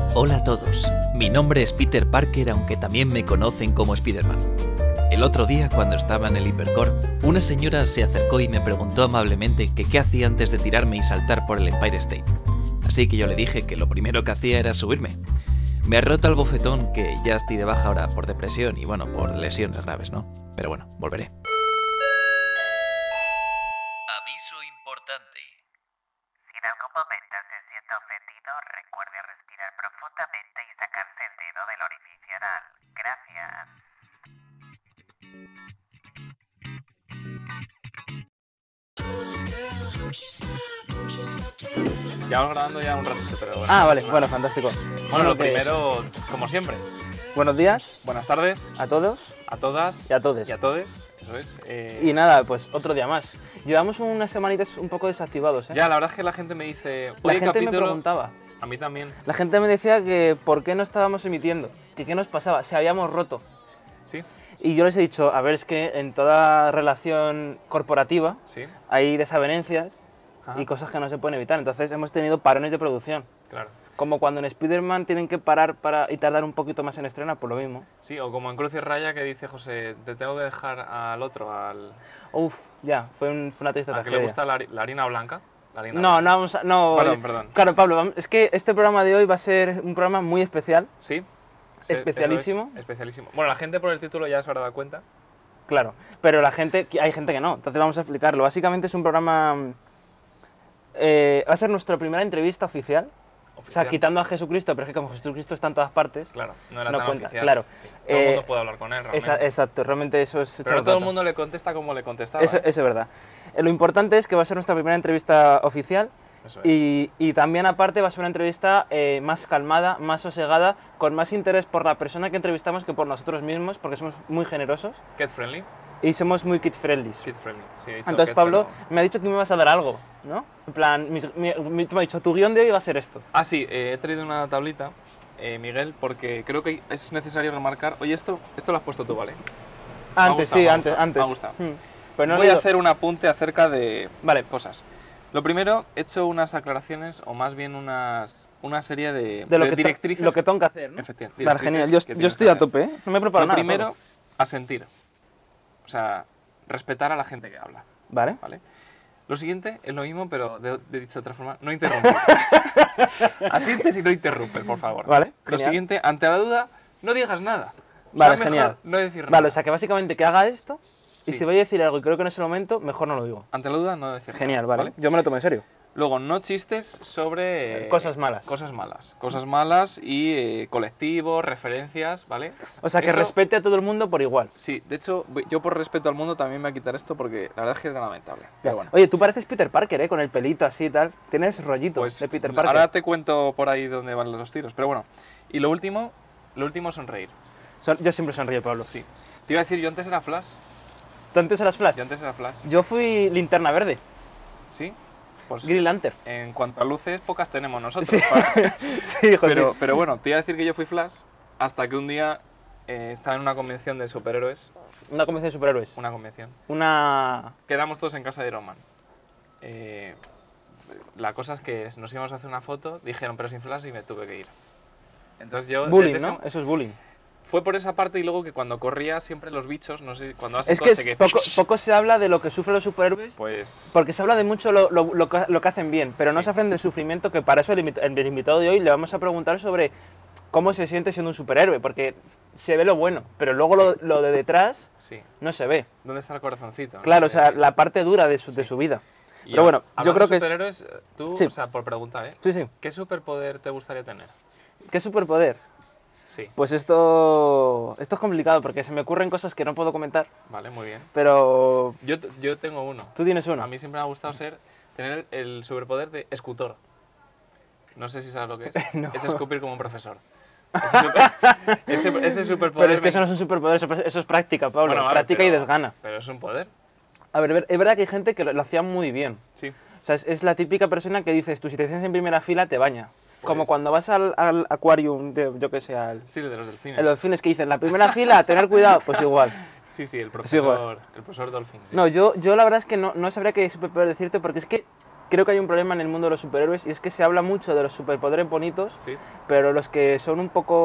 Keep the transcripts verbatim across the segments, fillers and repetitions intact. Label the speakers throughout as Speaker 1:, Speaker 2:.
Speaker 1: Hola a todos, mi nombre es Peter Parker, aunque también me conocen como Spider-Man. El otro día, cuando estaba en el Hipercore, una señora se acercó y me preguntó amablemente que qué hacía antes de tirarme y saltar por el Empire State. Así que yo le dije que lo primero que hacía era subirme. Me arrota el bofetón que ya estoy de baja ahora por depresión y bueno, por lesiones graves, ¿no? Pero bueno, volveré. Aviso importante.
Speaker 2: Si en algún momento se siente ofendido, recuerde respirar profundamente y sacarse el dedo del orificio anal. Gracias.
Speaker 3: Llevamos grabando ya un ratito, pero bueno.
Speaker 4: Ah,
Speaker 3: no
Speaker 4: vale,
Speaker 3: pasa
Speaker 4: bueno,
Speaker 3: nada.
Speaker 4: fantástico.
Speaker 3: Bueno, lo
Speaker 4: que-
Speaker 3: primero, como siempre,
Speaker 4: Buenos días
Speaker 3: buenas tardes
Speaker 4: a todos.
Speaker 3: a todas
Speaker 4: Y a todes.
Speaker 3: Y a todes, eso es. eh,
Speaker 4: Y nada, pues otro día más. Llevamos unas semanitas un poco desactivados, ¿eh?
Speaker 3: Ya, la verdad es que la gente me dice,
Speaker 4: La
Speaker 3: oye,
Speaker 4: gente me
Speaker 3: capítulo...
Speaker 4: preguntaba.
Speaker 3: A mí también,
Speaker 4: La gente me decía que por qué no estábamos emitiendo, que qué nos pasaba, si habíamos roto.
Speaker 3: sí,
Speaker 4: Y yo les he dicho, a ver, es que en toda relación corporativa
Speaker 3: sí,
Speaker 4: hay desavenencias
Speaker 3: Ajá.
Speaker 4: y cosas que no se pueden evitar. Entonces hemos tenido parones de producción.
Speaker 3: claro.
Speaker 4: Como cuando en Spider-Man tienen que parar para, y tardar un poquito más en estrenar, por lo mismo.
Speaker 3: Sí, o como en Cruz y Raya que dice José, te tengo que dejar al otro, al,
Speaker 4: Uf, ya, fue, un- fue una triste
Speaker 3: al que
Speaker 4: tragedia.
Speaker 3: le gusta la, hari- la harina blanca. La harina
Speaker 4: No,
Speaker 3: blanca.
Speaker 4: no vamos a... No,
Speaker 3: Perdón,
Speaker 4: eh,
Speaker 3: perdón.
Speaker 4: Claro, Pablo, vam- es que este programa de hoy va a ser un programa muy especial.
Speaker 3: Sí. se- eso es,
Speaker 4: Especialísimo.
Speaker 3: especialísimo. Bueno, la gente por el título ya se habrá dado cuenta.
Speaker 4: Claro, pero la gente, hay gente que no, entonces vamos a explicarlo. Básicamente es un programa... mm, eh, va a ser nuestra primera entrevista oficial. O sea,
Speaker 3: Oficial.
Speaker 4: quitando a Jesucristo, pero es que como Jesucristo está en todas partes...
Speaker 3: Claro, no era
Speaker 4: No
Speaker 3: tan
Speaker 4: cuenta,
Speaker 3: oficial.
Speaker 4: claro.
Speaker 3: Sí. Todo el
Speaker 4: Eh,
Speaker 3: mundo puede hablar con él, realmente.
Speaker 4: esa- exacto, realmente eso es...
Speaker 3: Pero
Speaker 4: echar
Speaker 3: no
Speaker 4: un
Speaker 3: todo el
Speaker 4: rato.
Speaker 3: mundo le contesta como le contestaba.
Speaker 4: Eso,
Speaker 3: ¿eh?
Speaker 4: eso es verdad. Eh, lo importante es que va a ser nuestra primera entrevista oficial.
Speaker 3: Eso es.
Speaker 4: Y, y también aparte va a ser una entrevista eh, más calmada, más sosegada, con más interés por la persona que entrevistamos que por nosotros mismos, porque somos muy generosos
Speaker 3: Kid friendly.
Speaker 4: y somos muy kid friendly.
Speaker 3: Kid friendly. Sí, he dicho
Speaker 4: Entonces
Speaker 3: kid,
Speaker 4: Pablo
Speaker 3: pero-
Speaker 4: me ha dicho que me vas a dar algo, ¿no? En plan, mis- mi, mi- tú me has dicho, tu guión de hoy va a ser esto.
Speaker 3: Ah, sí, eh, he traído una tablita, eh, Miguel, porque creo que es necesario remarcar... Oye, esto, esto lo has puesto tú, ¿vale? Me ha
Speaker 4: Antes,
Speaker 3: gustado,
Speaker 4: sí,
Speaker 3: me ha
Speaker 4: antes,
Speaker 3: gustado,
Speaker 4: antes.
Speaker 3: me ha gustado.
Speaker 4: Hmm. Pero no
Speaker 3: Voy
Speaker 4: he
Speaker 3: a
Speaker 4: leído-
Speaker 3: hacer un apunte acerca de
Speaker 4: Vale.
Speaker 3: cosas. Lo primero, he hecho unas aclaraciones, o más bien unas, una serie de,
Speaker 4: de lo,
Speaker 3: de
Speaker 4: que to-
Speaker 3: directrices...
Speaker 4: lo que tengo que hacer, ¿no?
Speaker 3: Efectivamente.
Speaker 4: Vale,
Speaker 3: directrices
Speaker 4: genial. Yo,
Speaker 3: que
Speaker 4: yo
Speaker 3: tienes
Speaker 4: estoy
Speaker 3: que
Speaker 4: a
Speaker 3: hacer.
Speaker 4: tope, ¿eh? No me he preparado
Speaker 3: Lo
Speaker 4: nada.
Speaker 3: primero,
Speaker 4: Pablo.
Speaker 3: asentir. O sea, respetar a la gente que habla,
Speaker 4: Vale.
Speaker 3: ¿vale? Lo siguiente es lo mismo, pero de, de dicho de otra forma, no interrumpir. Asientes y no interrumpes, por favor.
Speaker 4: Vale,
Speaker 3: Lo
Speaker 4: genial.
Speaker 3: siguiente, ante la duda, no digas nada. O
Speaker 4: Vale,
Speaker 3: sea, mejor
Speaker 4: genial.
Speaker 3: no decir nada.
Speaker 4: Vale, o sea que básicamente que haga esto y
Speaker 3: Sí.
Speaker 4: si voy a decir algo y creo que no es el momento, mejor no lo digo.
Speaker 3: Ante la duda, no decir
Speaker 4: Genial,
Speaker 3: nada.
Speaker 4: vale. Yo me lo tomo en serio.
Speaker 3: Luego, no chistes sobre...
Speaker 4: Eh, cosas malas.
Speaker 3: Cosas malas. Cosas malas y eh, colectivos, referencias, ¿vale?
Speaker 4: O sea, que
Speaker 3: Eso-
Speaker 4: respete a todo el mundo por igual.
Speaker 3: Sí, de hecho, voy- yo por respeto al mundo también me voy a quitar esto porque la verdad es que era lamentable. Pero bueno.
Speaker 4: Oye, tú pareces Peter Parker, ¿eh? Con el pelito así y tal. Tienes rollito
Speaker 3: Pues
Speaker 4: de Peter Parker.
Speaker 3: ahora te cuento por ahí dónde van los tiros. Pero bueno, y lo último, lo último es sonreír.
Speaker 4: Son- yo siempre sonrío, Pablo.
Speaker 3: Sí. Te iba a decir, yo antes era Flash.
Speaker 4: ¿Tú antes eras Flash?
Speaker 3: Yo antes era Flash.
Speaker 4: Yo fui Linterna Verde,
Speaker 3: ¿Sí? Pues
Speaker 4: Green Lantern.
Speaker 3: en cuanto a luces, pocas tenemos nosotros.
Speaker 4: Sí.
Speaker 3: para-
Speaker 4: Sí, José.
Speaker 3: Pero, pero bueno, te iba a decir que yo fui Flash hasta que un día eh, estaba en una convención de superhéroes.
Speaker 4: Una convención de superhéroes.
Speaker 3: Una convención.
Speaker 4: Una...
Speaker 3: Quedamos todos en casa de Iron Man. Eh, la cosa es que nos íbamos a hacer una foto, dijeron, pero sin Flash, y me tuve que ir. Entonces yo...
Speaker 4: Bullying,
Speaker 3: desde
Speaker 4: ¿no?
Speaker 3: ese-
Speaker 4: Eso es bullying.
Speaker 3: Fue por esa parte y luego que cuando corría siempre los bichos, no sé, cuando vas en
Speaker 4: Es que
Speaker 3: coche,
Speaker 4: es poco, poco se habla de lo que sufren los superhéroes,
Speaker 3: Pues...
Speaker 4: porque se habla de mucho lo, lo- lo que, lo que hacen bien, pero no
Speaker 3: Sí.
Speaker 4: se hacen del sufrimiento, que para eso el, invit- el invitado de hoy le vamos a preguntar sobre cómo se siente siendo un superhéroe, porque se ve lo bueno, pero luego lo,
Speaker 3: Sí.
Speaker 4: lo de detrás
Speaker 3: Sí.
Speaker 4: no se ve.
Speaker 3: ¿Dónde está el corazoncito? no?
Speaker 4: Claro, o sea,
Speaker 3: De-
Speaker 4: la parte dura de su, de su vida.
Speaker 3: Y
Speaker 4: Pero bueno, yo
Speaker 3: hablando
Speaker 4: creo
Speaker 3: de
Speaker 4: que es...
Speaker 3: superhéroes, tú,
Speaker 4: Sí.
Speaker 3: o sea, por preguntar, ¿eh?
Speaker 4: Sí, sí.
Speaker 3: ¿Qué superpoder te gustaría tener?
Speaker 4: ¿Qué superpoder?
Speaker 3: Sí.
Speaker 4: Pues esto, esto es complicado porque se me ocurren cosas que no puedo comentar,
Speaker 3: Vale, muy bien.
Speaker 4: pero
Speaker 3: Yo, t- yo tengo uno.
Speaker 4: tú tienes uno.
Speaker 3: A mí siempre me ha gustado ser, tener el superpoder de escutor. No sé si sabes lo que es.
Speaker 4: No.
Speaker 3: Es escupir como un profesor. Ese, super- ese, ese superpoder...
Speaker 4: Pero es que
Speaker 3: me-
Speaker 4: eso no es un superpoder, eso, eso es práctica, Pablo.
Speaker 3: Bueno, vale,
Speaker 4: práctica y
Speaker 3: pero-
Speaker 4: desgana.
Speaker 3: Pero es un poder.
Speaker 4: A ver, es verdad que hay gente que lo, lo hacía muy bien.
Speaker 3: Sí.
Speaker 4: O sea, es, es la típica persona que dices, tú si te sientes en primera fila te baña. Como
Speaker 3: Pues-
Speaker 4: cuando vas al, al aquarium, de, yo que sé, al...
Speaker 3: Sí, el de los delfines.
Speaker 4: En los delfines que dicen, la primera fila, tener cuidado, pues igual.
Speaker 3: Sí, sí, el
Speaker 4: igual.
Speaker 3: profesor, el profesor Dolphin. sí.
Speaker 4: No, yo, yo la verdad es que no, no sabría qué superpoder decirte porque es que creo que hay un problema en el mundo de los superhéroes y es que se habla mucho de los superpoderes bonitos,
Speaker 3: Sí.
Speaker 4: pero los que son un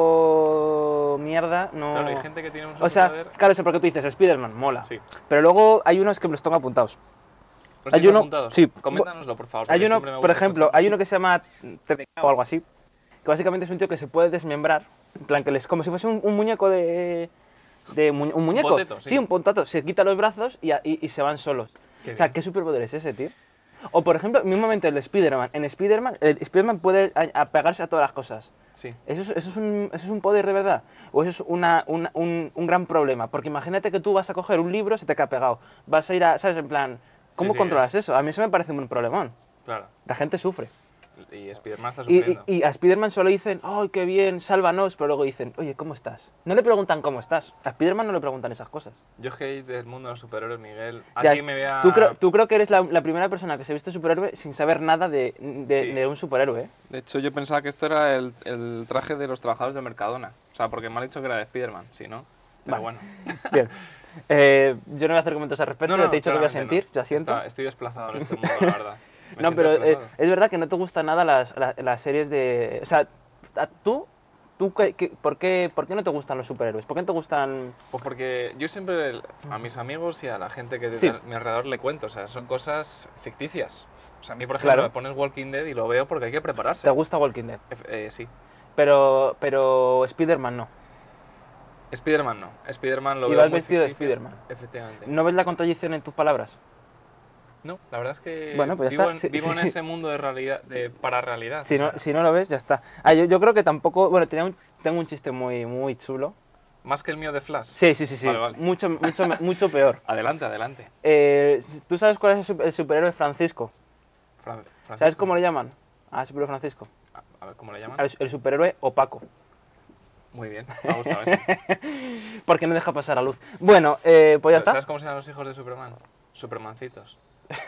Speaker 4: poco mierda no...
Speaker 3: Claro, hay gente que tiene un
Speaker 4: O sea,
Speaker 3: superpoder.
Speaker 4: claro, eso porque tú dices Spider-Man, mola.
Speaker 3: Sí.
Speaker 4: Pero luego hay unos que me los tengo apuntados.
Speaker 3: ¿Los
Speaker 4: hay
Speaker 3: tienes
Speaker 4: uno-
Speaker 3: apuntados?
Speaker 4: sí.
Speaker 3: Coméntanoslo, por favor.
Speaker 4: Hay
Speaker 3: porque
Speaker 4: uno,
Speaker 3: siempre me
Speaker 4: por
Speaker 3: gusta
Speaker 4: ejemplo,
Speaker 3: escuchar.
Speaker 4: hay uno que se llama T P K o algo así, que básicamente es un tío que se puede desmembrar, en plan que les, como si fuese un, un muñeco de... de mu- un muñeco.
Speaker 3: potato, sí.
Speaker 4: un pontato. Se quita los brazos y, a- y- y se van solos.
Speaker 3: Qué
Speaker 4: o sea,
Speaker 3: bien.
Speaker 4: ¿qué superpoder es ese, tío? O, por ejemplo, mismamente el de Spider-Man. En Spider-Man, el Spider-Man puede a- apegarse a todas las cosas.
Speaker 3: Sí.
Speaker 4: ¿Eso es, eso, es un, ¿Eso es un poder de verdad? ¿O eso es una, una- un, un gran problema? Porque imagínate que tú vas a coger un libro, se te queda pegado. Vas a ir a, ¿sabes? En plan, ¿cómo
Speaker 3: sí,
Speaker 4: controlas
Speaker 3: es-
Speaker 4: eso? A mí eso me parece un problemón.
Speaker 3: Claro.
Speaker 4: La gente sufre.
Speaker 3: Y Spider-Man está
Speaker 4: Y,
Speaker 3: sufriendo.
Speaker 4: y- y a Spider-Man solo dicen, ¡ay, qué bien, sálvanos! Pero luego dicen, oye, ¿cómo estás? No le preguntan cómo estás. A Spider-Man no le preguntan esas cosas.
Speaker 3: Yo hate del mundo de los superhéroes, Miguel.
Speaker 4: Ya,
Speaker 3: Aquí
Speaker 4: es-
Speaker 3: me vea...
Speaker 4: tú, creo, tú creo que eres la, la primera persona que se viste superhéroe sin saber nada de, de,
Speaker 3: Sí.
Speaker 4: de un superhéroe, ¿eh?
Speaker 3: De hecho, yo pensaba que esto era el, el traje de los trabajadores de Mercadona. O sea, porque me han dicho que era de Spider-Man, sí, ¿no? Pero
Speaker 4: Vale.
Speaker 3: bueno.
Speaker 4: Bien. Eh, yo no voy a hacer comentarios al respecto,
Speaker 3: No, no,
Speaker 4: te he dicho que voy a
Speaker 3: claramente
Speaker 4: sentir,
Speaker 3: no.
Speaker 4: ya siento.
Speaker 3: Está- estoy desplazado en este mundo, la verdad. Me
Speaker 4: No,
Speaker 3: siento
Speaker 4: pero eh,
Speaker 3: desplazado.
Speaker 4: es verdad que no te gustan nada las, las, las series de... O sea, a- tú, tú qué- qué- ¿por, qué, ¿por qué no te gustan los superhéroes? ¿Por qué no te gustan...?
Speaker 3: Pues porque yo siempre a mis amigos y a la gente que
Speaker 4: Sí.
Speaker 3: de mi alrededor le cuento, o sea, son cosas ficticias. O sea, a mí, por ejemplo,
Speaker 4: Claro.
Speaker 3: me pones Walking Dead y lo veo porque hay que prepararse.
Speaker 4: ¿Te gusta Walking Dead?
Speaker 3: Ef- eh, sí.
Speaker 4: Pero, pero Spider-Man no.
Speaker 3: Spider-Man no. Spider-Man lo
Speaker 4: Y
Speaker 3: veo
Speaker 4: vas
Speaker 3: muy
Speaker 4: vestido de
Speaker 3: ficticio.
Speaker 4: Spider-Man.
Speaker 3: Efectivamente.
Speaker 4: ¿No ves la contradicción en tus palabras?
Speaker 3: No, la verdad es que
Speaker 4: Bueno, pues ya
Speaker 3: vivo,
Speaker 4: está.
Speaker 3: en,
Speaker 4: Sí,
Speaker 3: vivo en
Speaker 4: sí.
Speaker 3: ese mundo de realidad, de pararrealidad.
Speaker 4: Si
Speaker 3: o
Speaker 4: no,
Speaker 3: sea,
Speaker 4: si no lo ves, ya está. Ah, yo, yo creo que tampoco... Bueno, tenía un- tengo un chiste muy, muy chulo.
Speaker 3: Más que el mío de Flash.
Speaker 4: Sí, sí, sí, sí.
Speaker 3: Vale, vale.
Speaker 4: Mucho, mucho, mucho peor.
Speaker 3: Adelante, adelante.
Speaker 4: Eh, ¿Tú sabes cuál es el, su- el superhéroe Francisco?
Speaker 3: Fran-
Speaker 4: ¿Sabes
Speaker 3: Francisco.
Speaker 4: cómo le llaman? Ah, superhéroe Francisco.
Speaker 3: A, a ver, ¿cómo le llaman?
Speaker 4: El, el superhéroe opaco.
Speaker 3: Muy bien, me ha gustado eso.
Speaker 4: Porque no deja pasar la luz. Bueno, eh, pues ya está.
Speaker 3: ¿Sabes cómo se llaman los hijos de Superman? Supermancitos.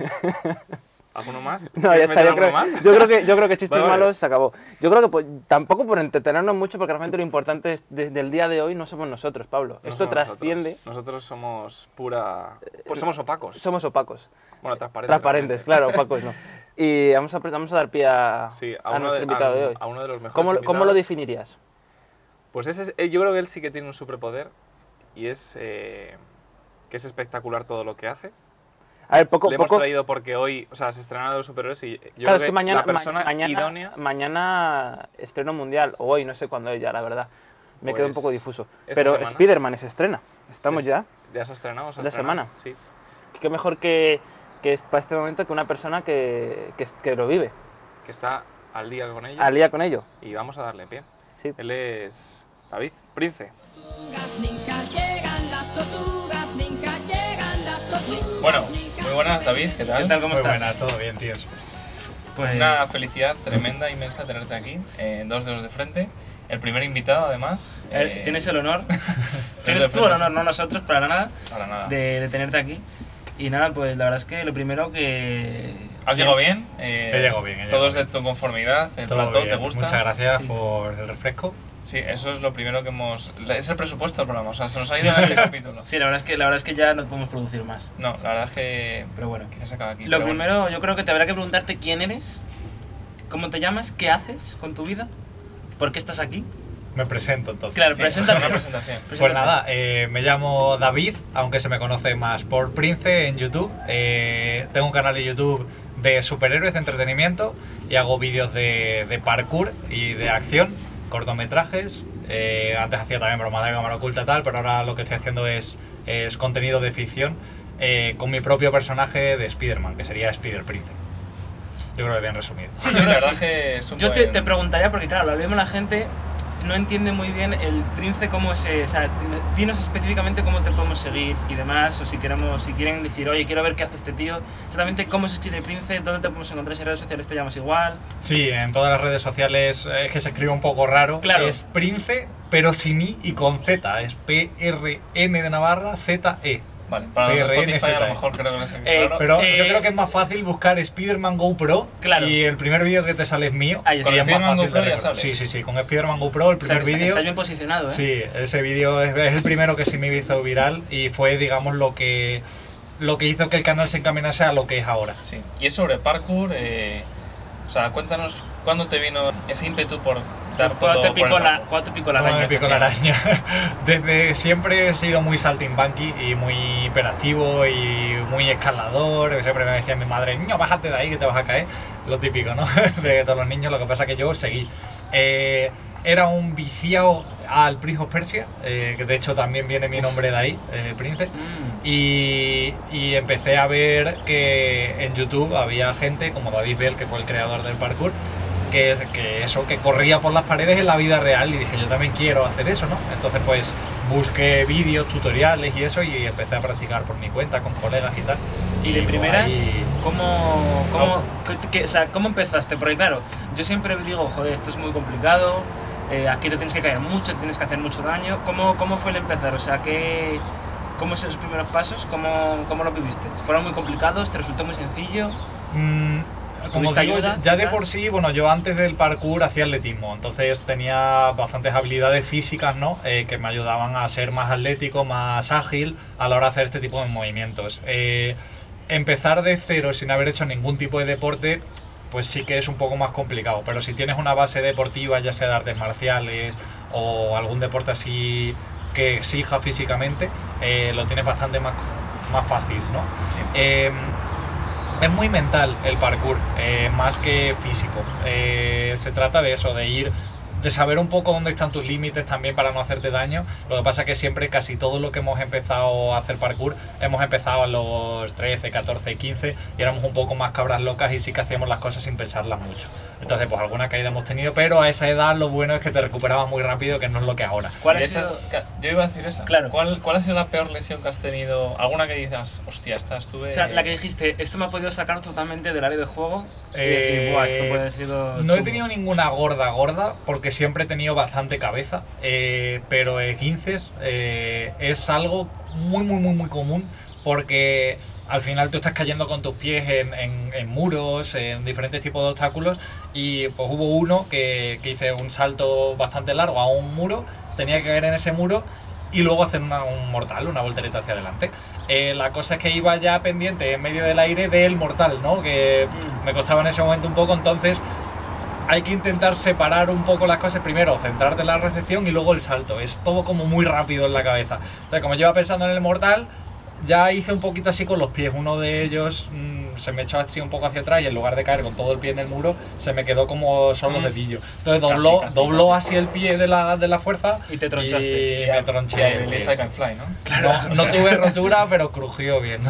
Speaker 3: ¿Alguno más?
Speaker 4: No, ya
Speaker 3: ¿Quieres
Speaker 4: está.
Speaker 3: meter
Speaker 4: Yo creo,
Speaker 3: alguno más?
Speaker 4: yo creo que, yo creo que chistes
Speaker 3: Vale, vale.
Speaker 4: malos se acabó. Yo creo que pues, tampoco por entretenernos mucho, porque realmente lo importante es, desde el día de hoy no somos nosotros, Pablo.
Speaker 3: No
Speaker 4: Esto
Speaker 3: somos
Speaker 4: trasciende.
Speaker 3: Nosotros. Nosotros somos pura... Pues somos opacos.
Speaker 4: Somos opacos.
Speaker 3: Bueno, transparentes.
Speaker 4: Transparentes,
Speaker 3: realmente.
Speaker 4: claro, opacos no. Y vamos a, vamos a dar pie a,
Speaker 3: Sí,
Speaker 4: a,
Speaker 3: a, uno
Speaker 4: nuestro
Speaker 3: de,
Speaker 4: invitado
Speaker 3: a,
Speaker 4: de hoy.
Speaker 3: a uno de los mejores
Speaker 4: ¿Cómo, lo- ¿Cómo lo
Speaker 3: invitados.
Speaker 4: definirías?
Speaker 3: Pues ese es- eh, yo creo que él sí que tiene un superpoder y es eh, que es espectacular todo lo que hace.
Speaker 4: A ver, poco,
Speaker 3: Le hemos
Speaker 4: poco.
Speaker 3: traído porque hoy, o sea, se estrenan los superhéroes y yo
Speaker 4: Claro,
Speaker 3: creo
Speaker 4: es que mañana,
Speaker 3: la persona
Speaker 4: ma- mañana,
Speaker 3: idónea...
Speaker 4: mañana estreno mundial, o hoy, no sé cuándo es ya, la verdad. Me quedo un poco
Speaker 3: Pues,
Speaker 4: difuso.
Speaker 3: esta
Speaker 4: Pero
Speaker 3: semana.
Speaker 4: Spider-Man se estrena. Estamos
Speaker 3: Sí,
Speaker 4: ya.
Speaker 3: ¿Ya se ha estrenado? ¿Se ha
Speaker 4: ¿La
Speaker 3: estrenado?
Speaker 4: semana?
Speaker 3: Sí.
Speaker 4: Qué mejor que, que es para este momento que una persona que, que, que lo vive,
Speaker 3: Que está al día con ello
Speaker 4: al día con ello.
Speaker 3: y vamos a darle pie.
Speaker 4: Sí.
Speaker 3: Él es David Prince.
Speaker 5: Tortugas ninja, llegan las tortugas ninja, llegan las tortugas
Speaker 3: Bueno,
Speaker 5: ninja.
Speaker 3: muy buenas, David, ¿qué tal?
Speaker 6: ¿Qué tal? ¿Cómo
Speaker 7: Muy
Speaker 6: estás?
Speaker 7: buenas, todo bien, tíos.
Speaker 6: Pues,
Speaker 3: Una felicidad tremenda, inmensa tenerte aquí, en Dos Dedos de Frente. El primer invitado, además.
Speaker 6: eh,
Speaker 3: eh,
Speaker 6: tienes el honor,
Speaker 3: de
Speaker 6: tienes tú
Speaker 3: frente,
Speaker 6: el honor, no nosotros, para nada,
Speaker 3: Para nada.
Speaker 6: de, de tenerte aquí. Y nada, pues la verdad es que lo primero que...
Speaker 3: ¿Has llegado bien? Eh,
Speaker 7: He llegado bien, he
Speaker 3: Todo
Speaker 7: llegado
Speaker 3: es de tu conformidad, el
Speaker 7: Todo
Speaker 3: plató,
Speaker 7: bien.
Speaker 3: ¿te gusta?
Speaker 7: Muchas gracias
Speaker 6: Sí.
Speaker 7: por el refresco.
Speaker 3: Sí, eso es lo primero que hemos... Es el presupuesto del programa, o sea, se nos ha
Speaker 6: Sí,
Speaker 3: ido
Speaker 6: sí.
Speaker 3: en este capítulo.
Speaker 6: Sí, la verdad es que, la verdad es que ya no podemos producir más.
Speaker 3: No, la verdad es que...
Speaker 6: Pero bueno.
Speaker 3: Quizás se acaba aquí.
Speaker 6: Lo
Speaker 3: pero bueno.
Speaker 6: primero, yo creo que te habrá que preguntarte quién eres, cómo te llamas, qué haces con tu vida, por qué estás aquí.
Speaker 7: Me presento entonces.
Speaker 6: Claro,
Speaker 3: Sí,
Speaker 6: preséntate.
Speaker 3: una presentación.
Speaker 7: Pues
Speaker 6: Preséntate.
Speaker 7: nada, eh, me llamo David, aunque se me conoce más por Prince en YouTube. Eh, tengo un canal de YouTube de superhéroes de entretenimiento y hago vídeos de, de parkour y de acción, cortometrajes. Eh, antes hacía también bromas de cámara oculta tal, pero ahora lo que estoy haciendo es, es contenido de ficción eh, con mi propio personaje de Spider-Man, que sería Spider Prince. Yo creo que bien resumido.
Speaker 3: Sí,
Speaker 6: yo
Speaker 3: la
Speaker 6: creo que
Speaker 3: verdad
Speaker 6: sí.
Speaker 3: que es un
Speaker 6: Yo te,
Speaker 3: buen-
Speaker 6: te preguntaría, porque claro, lo mismo la gente no entiende muy bien el Prince cómo se... O sea, dime- dinos específicamente cómo te podemos seguir y demás, o si queremos, si quieren decir, oye, quiero ver qué hace este tío, exactamente cómo se escribe Prince, dónde te podemos encontrar, si en redes sociales te llamas igual.
Speaker 7: Sí, en todas las redes sociales eh, es que se escribe un poco raro.
Speaker 6: Claro.
Speaker 7: Es Prince, pero sin I y con Z. Es P R N de Navarra, Z E.
Speaker 3: Vale, para los de
Speaker 7: P R N
Speaker 3: Spotify a lo
Speaker 7: Z.
Speaker 3: mejor creo que no es el
Speaker 6: Eh,
Speaker 3: claro.
Speaker 7: Pero
Speaker 6: Eh,
Speaker 7: yo creo que es más fácil buscar Spider-Man GoPro
Speaker 6: Claro.
Speaker 7: y el primer vídeo que te sale es mío.
Speaker 6: Ahí está.
Speaker 7: y es
Speaker 3: Con
Speaker 7: más
Speaker 3: Spider-Man
Speaker 7: fácil de
Speaker 3: GoPro ya
Speaker 7: recordar.
Speaker 3: sales.
Speaker 7: Sí, sí, sí, con Spider-Man GoPro el
Speaker 6: O sea,
Speaker 7: primer
Speaker 6: que está,
Speaker 7: vídeo.
Speaker 6: está bien posicionado, ¿eh?
Speaker 7: Sí, ese vídeo es, es el primero que sí me hizo viral y fue, digamos, lo que lo que hizo que el canal se encaminase a lo que es ahora.
Speaker 8: Sí. Y es sobre parkour, eh, o sea, cuéntanos cuándo te vino ese ímpetu por dar
Speaker 6: ¿Cuándo
Speaker 8: todo
Speaker 6: te
Speaker 8: por
Speaker 6: picó
Speaker 8: el
Speaker 6: la,
Speaker 8: parkour?
Speaker 6: ¿cuándo te picó la
Speaker 7: Cuando
Speaker 6: araña?
Speaker 7: me picó la araña. Desde siempre he sido muy saltimbanqui y muy hiperactivo y muy escalador. Siempre me decía mi madre, niño, bájate de ahí que te vas a caer. Lo típico, ¿no? De todos los niños. Lo que pasa es que yo seguí. Eh, era un viciado al Prince of Persia, eh, que de hecho también viene mi nombre de ahí, eh, Prince.
Speaker 6: Mm.
Speaker 7: Y, y empecé a ver que en YouTube había gente como David Bell, que fue el creador del parkour, que, que eso, que corría por las paredes en la vida real, y dije, yo también quiero hacer eso, ¿no? Entonces pues busqué vídeos, tutoriales y eso, y empecé a practicar por mi cuenta, con colegas y tal.
Speaker 6: Y de
Speaker 7: pues,
Speaker 6: primeras,
Speaker 7: ahí-
Speaker 6: ¿cómo, cómo, qué- qué- o sea, ¿cómo empezaste? Porque claro, yo siempre digo, joder, esto es muy complicado, eh, aquí te tienes que caer mucho, te tienes que hacer mucho daño. ¿Cómo, cómo fue el empezar? O sea, ¿qué, ¿cómo son los primeros pasos? ¿Cómo, cómo lo viviste? ¿Fueron muy complicados? ¿Te resultó muy sencillo?
Speaker 7: Mm, como
Speaker 6: ¿Tuviste
Speaker 7: digo,
Speaker 6: ayuda,
Speaker 7: ya de
Speaker 6: quizás?
Speaker 7: por sí, bueno, yo antes del parkour hacía atletismo, entonces tenía bastantes habilidades físicas, ¿no? Eh, que me ayudaban a ser más atlético, más ágil a la hora de hacer este tipo de movimientos. Eh, empezar de cero sin haber hecho ningún tipo de deporte, pues sí que es un poco más complicado, pero si tienes una base deportiva, ya sea de artes marciales o algún deporte así que exija físicamente, eh, lo tienes bastante más, más fácil, ¿no?
Speaker 8: Sí.
Speaker 7: Eh, es muy mental el parkour, eh, más que físico. Eh, se trata de eso, de ir, de saber un poco dónde están tus límites también para no hacerte daño. Lo que pasa es que siempre, casi todo lo que hemos empezado a hacer parkour, hemos empezado a los trece, catorce, quince y éramos un poco más cabras locas y sí que hacíamos las cosas sin pensarlas mucho. Entonces, pues alguna caída hemos tenido, pero a esa edad lo bueno es que te recuperabas muy rápido, que no es lo que ahora.
Speaker 6: ¿Cuál
Speaker 8: Y
Speaker 6: ha
Speaker 8: esas-
Speaker 6: sido?
Speaker 8: ca- Yo iba a decir esa.
Speaker 6: Claro.
Speaker 8: ¿Cuál, ¿Cuál ha sido la peor lesión que has tenido? ¿Alguna que digas, hostia, esta estuve...?
Speaker 6: O sea, la que dijiste, esto me ha podido sacar totalmente del área de juego y
Speaker 7: Eh,
Speaker 6: decir, buah, esto puede haber sido
Speaker 7: No he
Speaker 6: chungo".
Speaker 7: tenido ninguna gorda gorda porque siempre he tenido bastante cabeza, eh, pero esguinces eh, es algo muy muy muy muy común porque al final tú estás cayendo con tus pies en, en- en muros, en diferentes tipos de obstáculos, y pues hubo uno que, que hice un salto bastante largo a un muro, tenía que caer en ese muro y luego hacer una- un mortal, una voltereta hacia adelante. Eh, la cosa es que iba ya pendiente en medio del aire del mortal, ¿no? Que
Speaker 6: Mm.
Speaker 7: me costaba en ese momento un poco, entonces hay que intentar separar un poco las cosas. Primero, centrarte en la recepción y luego el salto. Es todo como muy rápido en la cabeza. Entonces, como yo iba pensando en el mortal, ya hice un poquito así con los pies. Uno de ellos mmm, se me echó así un poco hacia atrás y en lugar de caer con todo el pie en el muro, se me quedó como solo
Speaker 8: Mm.
Speaker 7: dedillo. Entonces dobló,
Speaker 8: Casi, casi,
Speaker 7: dobló
Speaker 8: casi.
Speaker 7: así el pie de la, de la fuerza
Speaker 6: Y te tronchaste.
Speaker 7: y me tronché el
Speaker 8: el
Speaker 7: pie,
Speaker 8: Live
Speaker 7: sí.
Speaker 8: and Fly, ¿no?
Speaker 7: No, no tuve rotura, pero crujió bien.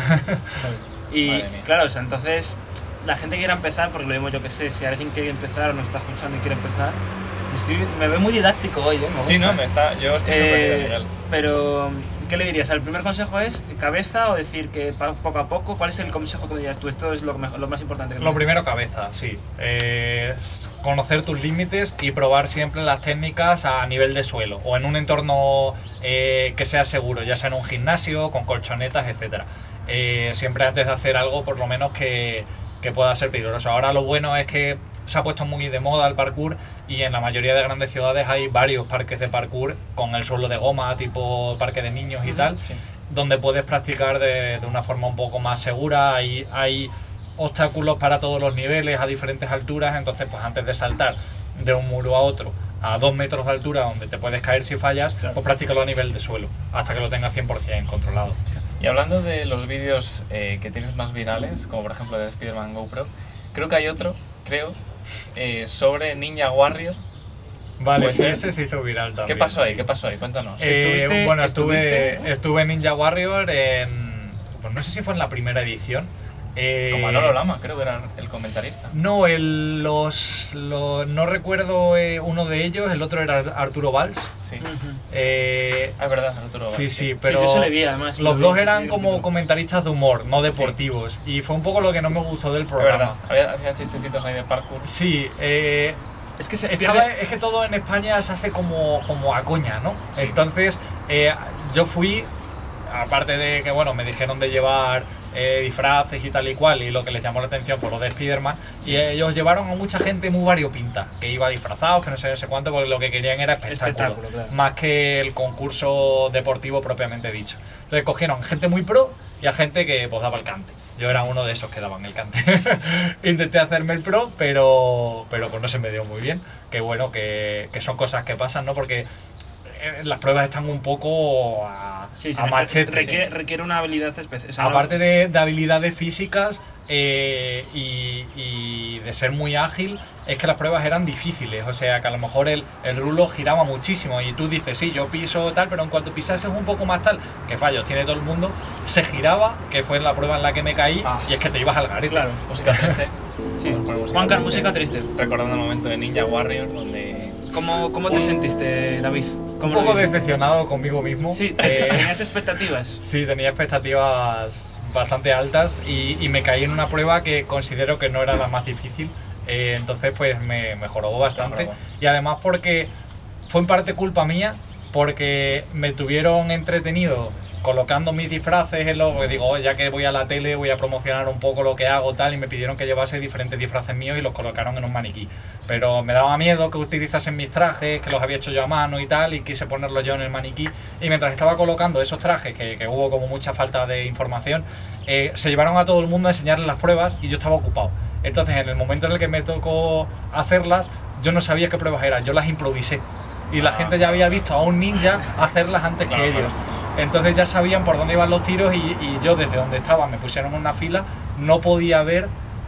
Speaker 6: Y
Speaker 8: Madre mía.
Speaker 6: claro, o sea, entonces la gente que quiera empezar, porque lo mismo yo que sé, si alguien quiere empezar o nos está escuchando y quiere empezar, me, estoy, me veo muy didáctico hoy, ¿eh? Me
Speaker 8: Sí,
Speaker 6: gusta.
Speaker 8: no, me está, yo estoy sorprendido,
Speaker 6: Eh,
Speaker 8: Miguel.
Speaker 6: pero, ¿qué le dirías? ¿El primer consejo es cabeza o decir que pa- poco a poco? ¿Cuál es el consejo que me dirías tú? Esto es lo, que me- lo más importante que me
Speaker 7: Lo primero, cabeza, sí. Eh, s- conocer tus límites y probar siempre las técnicas a nivel de suelo o en un entorno eh, que sea seguro, ya sea en un gimnasio, con colchonetas, etcétera. Eh, siempre antes de hacer algo, por lo menos que, que pueda ser peligroso. Ahora lo bueno es que se ha puesto muy de moda el parkour y en la mayoría de grandes ciudades hay varios parques de parkour con el suelo de goma, tipo parque de niños y tal,
Speaker 8: Sí.
Speaker 7: donde puedes practicar de, de una forma un poco más segura. Hay, hay obstáculos para todos los niveles, a diferentes alturas, entonces pues antes de saltar de un muro a otro a dos metros de altura donde te puedes caer si fallas,
Speaker 6: Claro.
Speaker 7: pues practícalo a nivel de suelo, hasta que lo tengas cien por cien controlado.
Speaker 8: Y hablando de los vídeos eh, que tienes más virales, como por ejemplo de Spider-Man GoPro, creo que hay otro, creo, eh, sobre Ninja Warrior.
Speaker 7: Vale,
Speaker 8: Pues
Speaker 7: sí,
Speaker 8: sí.
Speaker 7: ese se hizo viral también.
Speaker 8: ¿Qué pasó ahí?
Speaker 7: sí.
Speaker 8: ¿Qué pasó ahí? Cuéntanos.
Speaker 7: Eh,
Speaker 6: ¿Estuviste-
Speaker 7: bueno, estuve,
Speaker 6: estuviste?
Speaker 7: estuve en Ninja Warrior en... Pues no sé si fue en la primera edición. Eh,
Speaker 8: Con Manolo Lama, creo que era el comentarista.
Speaker 7: No, el, los, los- no recuerdo eh, uno de ellos, el otro era Arturo Valls.
Speaker 8: Sí.
Speaker 6: Ujú.
Speaker 7: Eh,
Speaker 8: Ah, es verdad, el otro.
Speaker 7: sí, sí,
Speaker 6: Sí,
Speaker 7: pero
Speaker 6: yo se le vi además.
Speaker 7: los
Speaker 6: lo vi
Speaker 7: dos
Speaker 6: en
Speaker 7: eran
Speaker 6: tu
Speaker 7: como
Speaker 6: vídeo.
Speaker 7: comentaristas de humor, no deportivos. Y fue un poco lo que no me gustó del
Speaker 8: Es
Speaker 7: programa.
Speaker 8: verdad, había, hacían chistecitos ahí de parkour.
Speaker 7: Sí, eh,
Speaker 6: Es que se
Speaker 7: estaba-
Speaker 6: pierde-
Speaker 7: es que todo en España se hace como, como a coña, ¿no?
Speaker 8: Sí.
Speaker 7: Entonces, eh, yo fui, aparte de que, bueno, me dijeron de llevar eh, disfraces y tal y cual, y lo que les llamó la atención fue lo de Spider-Man, y ellos llevaron a mucha gente muy variopinta, que iba disfrazados, que no sé, no sé cuánto, porque lo que querían era espectáculo,
Speaker 6: Espectáculo, claro.
Speaker 7: más que el concurso deportivo propiamente dicho. Entonces cogieron gente muy pro y a gente que pues daba el cante. Yo era uno de esos que daban el cante. Intenté hacerme el pro, pero, pero pues no se me dio muy bien. Que bueno, que, que son cosas que pasan, ¿no? Porque eh, las pruebas están un poco a,
Speaker 6: Sí, sí,
Speaker 7: a machete.
Speaker 6: requiere, requiere una habilidad especial. O sea,
Speaker 7: Aparte
Speaker 6: no-
Speaker 7: de, de habilidades físicas eh, y, y de ser muy ágil, es que las pruebas eran difíciles. O sea, que a lo mejor el, el rulo giraba muchísimo y tú dices, sí, yo piso tal, pero en cuanto pisases un poco más tal, que fallos tiene todo el mundo, se giraba, que fue la prueba en la que me caí,
Speaker 8: Ah.
Speaker 7: y es que te ibas al garete.
Speaker 6: Claro.
Speaker 8: Música triste.
Speaker 6: Sí.
Speaker 8: Vamos a poner
Speaker 6: Juancar, música triste.
Speaker 8: Recordando el momento de Ninja Warrior, donde...
Speaker 6: ¿Cómo, cómo te sentiste, David?
Speaker 7: Un
Speaker 6: ¿Cómo lo
Speaker 7: poco
Speaker 6: viviste?
Speaker 7: decepcionado conmigo mismo.
Speaker 6: Sí,
Speaker 7: Eh,
Speaker 6: tenías expectativas.
Speaker 7: Sí, tenía expectativas bastante altas y, y me caí en una prueba que considero que no era la más difícil. Eh, entonces, pues me, me jorobó bastante.
Speaker 8: jorobó.
Speaker 7: Y además porque fue en parte culpa mía, porque me tuvieron entretenido colocando mis disfraces en los... Porque digo, "Oh, ya que voy a la tele, voy a promocionar un poco lo que hago tal", y me pidieron que llevase diferentes disfraces míos y los colocaron en un maniquí. Pero me daba miedo que utilizasen mis trajes, que los había hecho yo a mano y tal, y quise ponerlos yo en el maniquí. Y mientras estaba colocando esos trajes, que, que hubo como mucha falta de información, eh, se llevaron a todo el mundo a enseñarles las pruebas y yo estaba ocupado. Entonces, en el momento en el que me tocó hacerlas, yo no sabía qué pruebas eran, yo las improvisé. Y la
Speaker 8: Ah.
Speaker 7: gente ya había visto a un ninja hacerlas antes
Speaker 8: Claro,
Speaker 7: que ellos.
Speaker 8: claro.
Speaker 7: Entonces ya sabían por dónde iban los tiros y, y yo desde donde estaba, me pusieron en una fila, no podía ver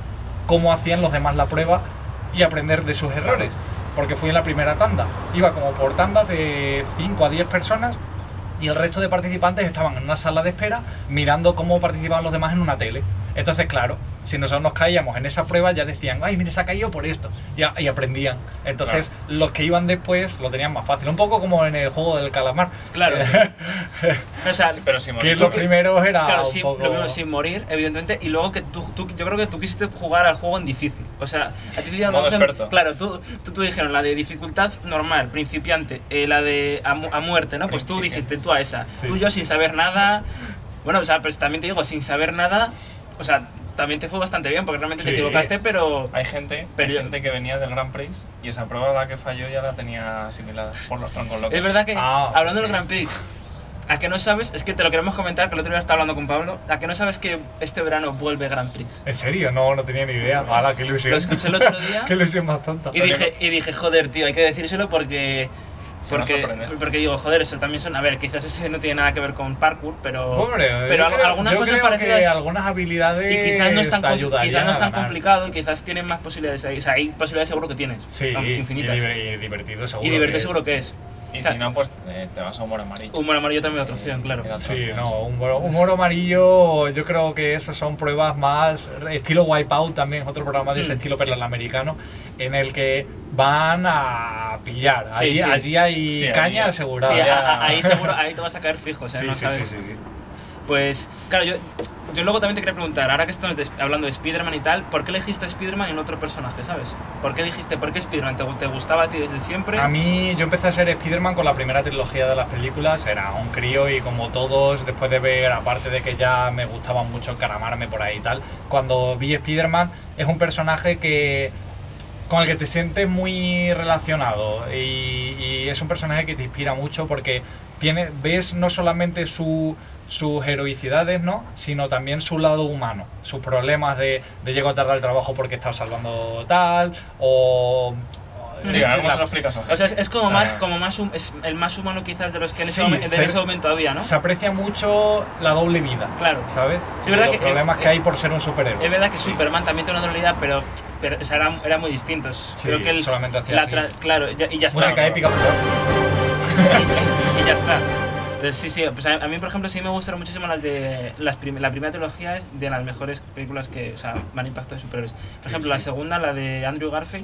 Speaker 7: cómo hacían los demás la prueba y aprender de sus errores, porque fui en la primera tanda. Iba como por tandas de cinco a diez personas y el resto de participantes estaban en una sala de espera mirando cómo participaban los demás en una tele. Entonces, claro, si nosotros nos caíamos en esa prueba ya decían, ay, mire, se ha caído por esto, y, a- y aprendían. Entonces, los que iban después lo tenían más fácil, un poco como en el juego del calamar.
Speaker 6: Claro, sí. O sea,
Speaker 8: Sí, pero sin
Speaker 7: Que
Speaker 8: morir.
Speaker 7: los primeros era
Speaker 6: claro,
Speaker 7: un
Speaker 6: sin,
Speaker 7: poco...
Speaker 6: lo mismo, sin morir, evidentemente, y luego que tú, tú- yo creo que tú quisiste jugar al juego en difícil. O sea, a ti te dieron
Speaker 8: Modo
Speaker 6: opción-
Speaker 8: experto.
Speaker 6: Claro, tú, tú, tú dijeron la de dificultad normal, principiante, eh, la de a, mu- a muerte, ¿no? Pues tú
Speaker 8: Principiante.
Speaker 6: dijiste tú a esa.
Speaker 7: Sí,
Speaker 6: tú
Speaker 7: sí.
Speaker 6: yo sin saber nada. Bueno, o sea, pues también te digo, sin saber nada, o sea, también te fue bastante bien, porque realmente te
Speaker 7: Sí.
Speaker 6: equivocaste, pero.
Speaker 8: Hay gente,
Speaker 6: Pero
Speaker 8: hay
Speaker 6: yo-
Speaker 8: gente que venía del Grand Prix y esa prueba la que falló ya la tenía asimilada por los troncos locos.
Speaker 6: Es verdad que,
Speaker 7: Ah,
Speaker 6: hablando
Speaker 7: sí.
Speaker 6: del Grand Prix, ¿a que no sabes? Es que te lo queremos comentar, que el otro día estaba hablando con Pablo. ¿A que no sabes que este verano vuelve Grand Prix?
Speaker 7: ¿En serio? No, no tenía ni idea. ¡Hala, qué ilusión!
Speaker 6: Lo escuché el otro día.
Speaker 7: ¡Qué ilusión más tonta!
Speaker 6: Y dije, y dije, joder, tío, hay que decírselo porque.
Speaker 8: Se nos
Speaker 6: Porque,
Speaker 8: sorprende.
Speaker 6: porque digo, joder, eso también son. A ver, quizás ese no tiene nada que ver con parkour, pero.
Speaker 7: Hombre,
Speaker 6: pero
Speaker 7: yo
Speaker 6: al-
Speaker 7: creo-
Speaker 6: algunas
Speaker 7: yo
Speaker 6: cosas
Speaker 7: creo
Speaker 6: parecidas.
Speaker 7: que algunas habilidades
Speaker 6: Y quizás no es tan,
Speaker 7: te
Speaker 6: com-
Speaker 7: ayudarían
Speaker 6: quizás no es
Speaker 7: a
Speaker 6: tan
Speaker 7: ganar.
Speaker 6: complicado y quizás tienen más posibilidades ahí. O sea, hay posibilidades seguro que tienes.
Speaker 7: Sí,
Speaker 6: vamos,
Speaker 7: y,
Speaker 6: infinitas.
Speaker 7: y diver- y divertido seguro.
Speaker 6: Y divertido
Speaker 7: que
Speaker 6: seguro que es.
Speaker 8: Y si no, pues eh, te vas a humor amarillo.
Speaker 6: Humor amarillo también es otra opción, claro.
Speaker 8: Mira,
Speaker 7: Sí,
Speaker 8: opciones.
Speaker 7: no, un moro, un moro amarillo, yo creo que esas son pruebas más estilo Wipeout, también es otro programa de ese
Speaker 6: Mm,
Speaker 7: estilo,
Speaker 6: sí.
Speaker 7: pero el americano, en el que van a pillar.
Speaker 6: Sí,
Speaker 7: Allí,
Speaker 6: sí.
Speaker 7: allí hay
Speaker 8: Sí,
Speaker 7: caña
Speaker 8: ahí-
Speaker 7: asegurada.
Speaker 6: Sí, a- a- ahí seguro, ahí te vas a caer fijo, o sea,
Speaker 7: Sí,
Speaker 6: no
Speaker 7: sí,
Speaker 6: sabes.
Speaker 7: sí, sí.
Speaker 6: Pues, claro, yo, yo luego también te quería preguntar, ahora que estamos de- hablando de Spider-Man y tal, ¿por qué elegiste a Spider-Man y no otro personaje, sabes? ¿Por qué dijiste, por qué Spider-Man? ¿Te, te gustaba a ti desde siempre?
Speaker 7: A mí, yo empecé a ser Spider-Man con la primera trilogía de las películas, era un crío y como todos, después de ver, aparte de que ya me gustaba mucho encaramarme por ahí y tal, cuando vi Spider-Man es un personaje que con el que te sientes muy relacionado y, y es un personaje que te inspira mucho porque tiene, ves no solamente su, sus heroicidades, ¿no? Sino también su lado humano, sus problemas de, de llego tarde al trabajo porque he estado salvando tal, o...
Speaker 8: Sí, ahora
Speaker 7: la-
Speaker 8: se lo explicas.
Speaker 6: O sea, es, es como
Speaker 8: O sea,
Speaker 6: más, como más hum- es el más humano quizás de los que en,
Speaker 7: Sí,
Speaker 6: ese, momen- de
Speaker 7: se-
Speaker 6: ese momento había, ¿no?
Speaker 7: Se aprecia mucho la doble vida,
Speaker 6: Claro.
Speaker 7: ¿sabes?
Speaker 6: Sí, verdad
Speaker 7: los
Speaker 6: que-
Speaker 7: problemas
Speaker 6: eh,
Speaker 7: que hay por ser un superhéroe.
Speaker 6: Es verdad que Superman también tiene una dualidad, pero, pero o sea, eran, eran muy distintos.
Speaker 7: Sí,
Speaker 6: Creo que el,
Speaker 7: solamente hacía
Speaker 6: la
Speaker 7: así.
Speaker 6: tra- claro, ya- y ya está.
Speaker 7: Música épica, por favor.
Speaker 6: y ya está. Entonces, sí, sí, pues a, a mí, por ejemplo, sí me gustaron muchísimo las de. Las prim- la primera trilogía es de las mejores películas que, o sea, me han impactado de superhéroes. Por
Speaker 7: Sí,
Speaker 6: ejemplo,
Speaker 7: sí.
Speaker 6: la segunda, la de Andrew Garfield,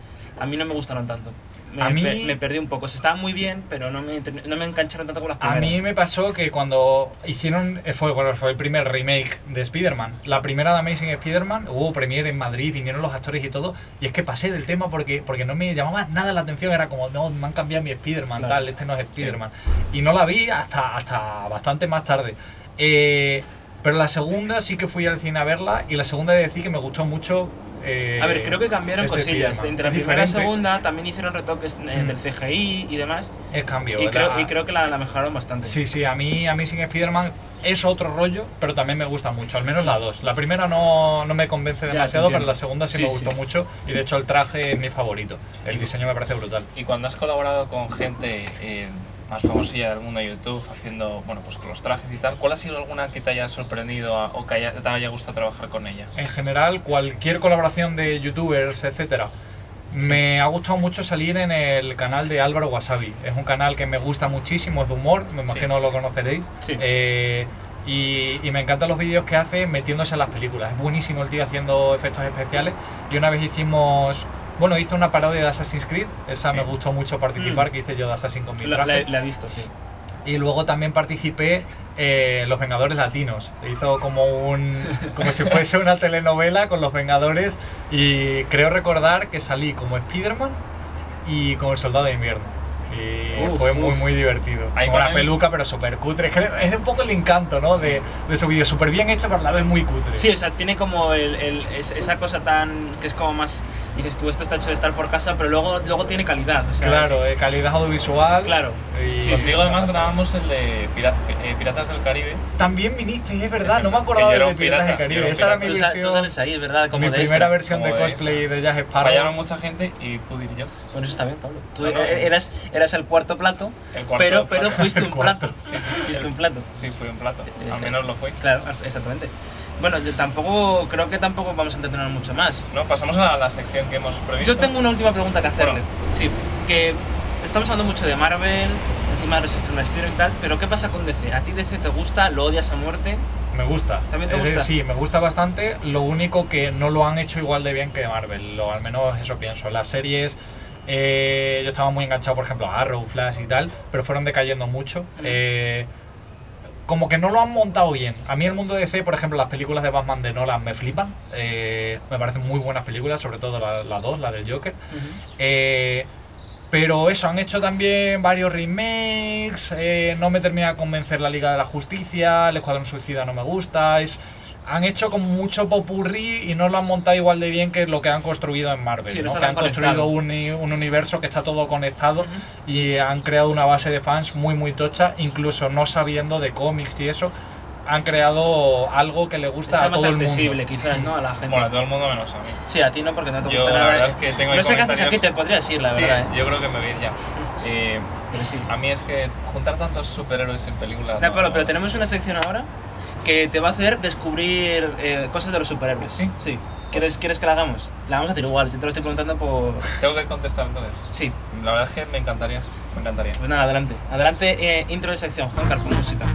Speaker 6: a mí no me gustaron tanto. Me,
Speaker 7: A mí-
Speaker 6: pe- me perdí un poco. O sea, estaban muy bien, pero no me, ter- no me engancharon tanto con las
Speaker 7: A
Speaker 6: primeras.
Speaker 7: mí me pasó que cuando hicieron, eh, fue, bueno, fue el primer remake de Spider-Man, la primera de Amazing Spider-Man, hubo premiere en Madrid, vinieron los actores y todo, y es que pasé del tema porque, porque no me llamaba nada la atención, era como, no, me han cambiado mi Spider-Man,
Speaker 6: Claro.
Speaker 7: tal, este no es Spider-Man. Y no la vi hasta, hasta bastante más tarde. Eh, Pero la segunda sí que fui al cine a verla y la segunda he de decir que me gustó mucho. Eh,
Speaker 6: A ver, creo que cambiaron
Speaker 7: este
Speaker 6: cosillas.
Speaker 7: Spider-Man.
Speaker 6: Entre la
Speaker 7: Es
Speaker 6: primera y la
Speaker 7: diferente.
Speaker 6: segunda también hicieron retoques eh,
Speaker 7: Mm.
Speaker 6: del C G I y demás.
Speaker 7: Es cambio.
Speaker 6: Y creo,
Speaker 7: la-
Speaker 6: y creo que la, la mejoraron bastante.
Speaker 7: Sí, sí, a mí, a mí Sin Spider-Man es otro rollo, pero también me gusta mucho, al menos la dos. La primera no, no me convence
Speaker 6: Ya,
Speaker 7: demasiado,
Speaker 6: te
Speaker 7: pero
Speaker 6: entiendo.
Speaker 7: la segunda sí,
Speaker 6: Sí,
Speaker 7: me gustó
Speaker 6: sí.
Speaker 7: mucho y de hecho el traje es mi favorito. El diseño me parece brutal.
Speaker 8: Y cuando has colaborado con gente eh, más famosilla del mundo de YouTube, haciendo, bueno, pues con los trajes y tal, ¿cuál ha sido alguna que te haya sorprendido a- o que haya- te haya gustado trabajar con ella?
Speaker 7: En general, cualquier colaboración de youtubers, etcétera, me ha gustado mucho salir en el canal de Álvaro Wasabi. Es un canal que me gusta muchísimo, es de humor, me imagino lo conoceréis.
Speaker 6: Sí.
Speaker 7: Eh, y, y me encantan los vídeos que hace metiéndose en las películas. Es buenísimo el tío haciendo efectos especiales. Y una vez hicimos... Bueno, hice una parodia de Assassin's Creed, esa
Speaker 8: Sí.
Speaker 7: me gustó mucho participar,
Speaker 6: Mm.
Speaker 7: que hice yo de Assassin con mi
Speaker 6: La,
Speaker 7: traje.
Speaker 6: la- la he visto, sí.
Speaker 7: Y luego también participé en Los Vengadores Latinos. Hizo como un como si fuese una telenovela con Los Vengadores y creo recordar que salí como Spider-Man y como el Soldado de Invierno. Y
Speaker 6: Uf,
Speaker 7: fue muy
Speaker 6: uf.
Speaker 7: muy divertido.
Speaker 8: Ahí
Speaker 7: Con
Speaker 8: con
Speaker 7: una
Speaker 8: él-
Speaker 7: peluca pero súper cutre. Es, que es un poco el encanto, ¿no? de, de su vídeo. Súper bien hecho pero a la vez muy cutre.
Speaker 6: Sí, o sea, tiene como el, el- es- esa cosa tan. Que es como más. Dices tú, esto está hecho de estar por casa, pero luego, luego tiene calidad. O sea,
Speaker 7: Claro,
Speaker 6: es-
Speaker 7: eh, calidad audiovisual.
Speaker 6: Claro.
Speaker 7: Y
Speaker 6: Sí, sí,
Speaker 8: Contigo
Speaker 6: sí,
Speaker 8: además
Speaker 6: pasa.
Speaker 8: grabamos el de Pira- eh, Piratas del Caribe.
Speaker 7: También viniste, es verdad,
Speaker 8: Es
Speaker 7: no me
Speaker 8: verdad,
Speaker 7: acordaba
Speaker 8: que yo era
Speaker 7: de
Speaker 8: un
Speaker 7: Piratas del
Speaker 8: pirata, yo
Speaker 7: Caribe.
Speaker 8: era un
Speaker 7: Esa era mi
Speaker 6: Tú, sa- tú
Speaker 7: versión.
Speaker 6: sales ahí, es verdad, como
Speaker 7: mi
Speaker 6: de
Speaker 7: primera
Speaker 6: extra.
Speaker 7: versión
Speaker 8: como
Speaker 7: de
Speaker 8: de
Speaker 7: cosplay
Speaker 8: extra.
Speaker 7: de Jack Sparrow.
Speaker 8: Fallaron mucha gente y pude ir yo.
Speaker 6: Bueno, eso está bien, Pablo. Tú
Speaker 8: No, no,
Speaker 6: e-
Speaker 8: es-
Speaker 6: eras, eras el cuarto plato,
Speaker 8: El cuarto
Speaker 6: pero,
Speaker 8: del
Speaker 6: pero
Speaker 8: plato.
Speaker 6: fuiste
Speaker 7: El
Speaker 6: un
Speaker 7: cuarto.
Speaker 6: plato.
Speaker 8: Sí, sí.
Speaker 6: Fuiste
Speaker 8: el-
Speaker 6: un plato.
Speaker 8: Sí, fui un plato.
Speaker 6: Eh,
Speaker 8: Al menos lo fui.
Speaker 6: Claro, exactamente. Bueno, yo tampoco, creo que tampoco vamos a entretener mucho más.
Speaker 8: No, pasamos a la sección que hemos previsto.
Speaker 6: Yo tengo una última pregunta que hacerle.
Speaker 8: Bueno.
Speaker 6: Sí, que estamos hablando mucho de Marvel, encima ahora se estrena Spider-Man y tal, pero ¿qué pasa con D C? ¿A ti D C te gusta? ¿Lo odias a muerte?
Speaker 7: Me gusta.
Speaker 6: ¿También te
Speaker 7: Es decir,
Speaker 6: gusta?
Speaker 7: Sí, me gusta bastante. Lo único que no lo han hecho igual de bien que Marvel, o al menos eso pienso. Las series, eh, yo estaba muy enganchado, por ejemplo, a Arrow, Flash y tal, pero fueron decayendo mucho. Eh, como que no lo han montado bien. A mí el mundo de D C, por ejemplo, las películas de Batman de Nolan me flipan. Eh, me parecen muy buenas películas, sobre todo la, la dos, la del Joker. Eh, pero eso, han hecho también varios remakes, eh, no me termina de convencer la Liga de la Justicia, el Escuadrón Suicida no me gusta, es, han hecho como mucho popurrí y no lo han montado igual de bien que lo que han construido en Marvel,
Speaker 6: Sí, no
Speaker 7: ¿no?
Speaker 6: está
Speaker 7: Que
Speaker 6: tan
Speaker 7: han construido
Speaker 6: conectado.
Speaker 7: un, uni- un universo que está todo conectado y han creado una base de fans muy muy tocha, incluso no sabiendo de cómics y eso, han creado algo que le gusta
Speaker 6: Está
Speaker 7: a
Speaker 6: más
Speaker 7: todo el
Speaker 6: accesible,
Speaker 7: mundo.
Speaker 6: quizás, ¿no? A la gente.
Speaker 8: Bueno, a todo el mundo menos a mí.
Speaker 6: Sí, a ti no, porque no te
Speaker 8: Yo,
Speaker 6: gusta
Speaker 8: la
Speaker 6: nada.
Speaker 8: verdad es que tengo ahí
Speaker 6: No sé qué haces
Speaker 8: comentarios-
Speaker 6: aquí, te podrías ir, la
Speaker 8: Sí,
Speaker 6: verdad. ¿eh?
Speaker 8: yo creo que me voy a ir ya. Eh,
Speaker 6: Pero sí.
Speaker 8: a mí es que juntar tantos superhéroes en películas.
Speaker 6: No, Pablo, pero tenemos una sección ahora que te va a hacer descubrir eh, cosas de los superhéroes.
Speaker 8: ¿Sí?
Speaker 6: Sí. ¿Quieres, ¿Quieres que la hagamos? La vamos a hacer igual, yo te lo estoy preguntando por...
Speaker 8: Tengo que contestar entonces.
Speaker 6: Sí,
Speaker 8: La verdad es que me encantaría. Me encantaría.
Speaker 6: pues nada, adelante. Adelante, eh, intro de sección, Juan Carlos, con música.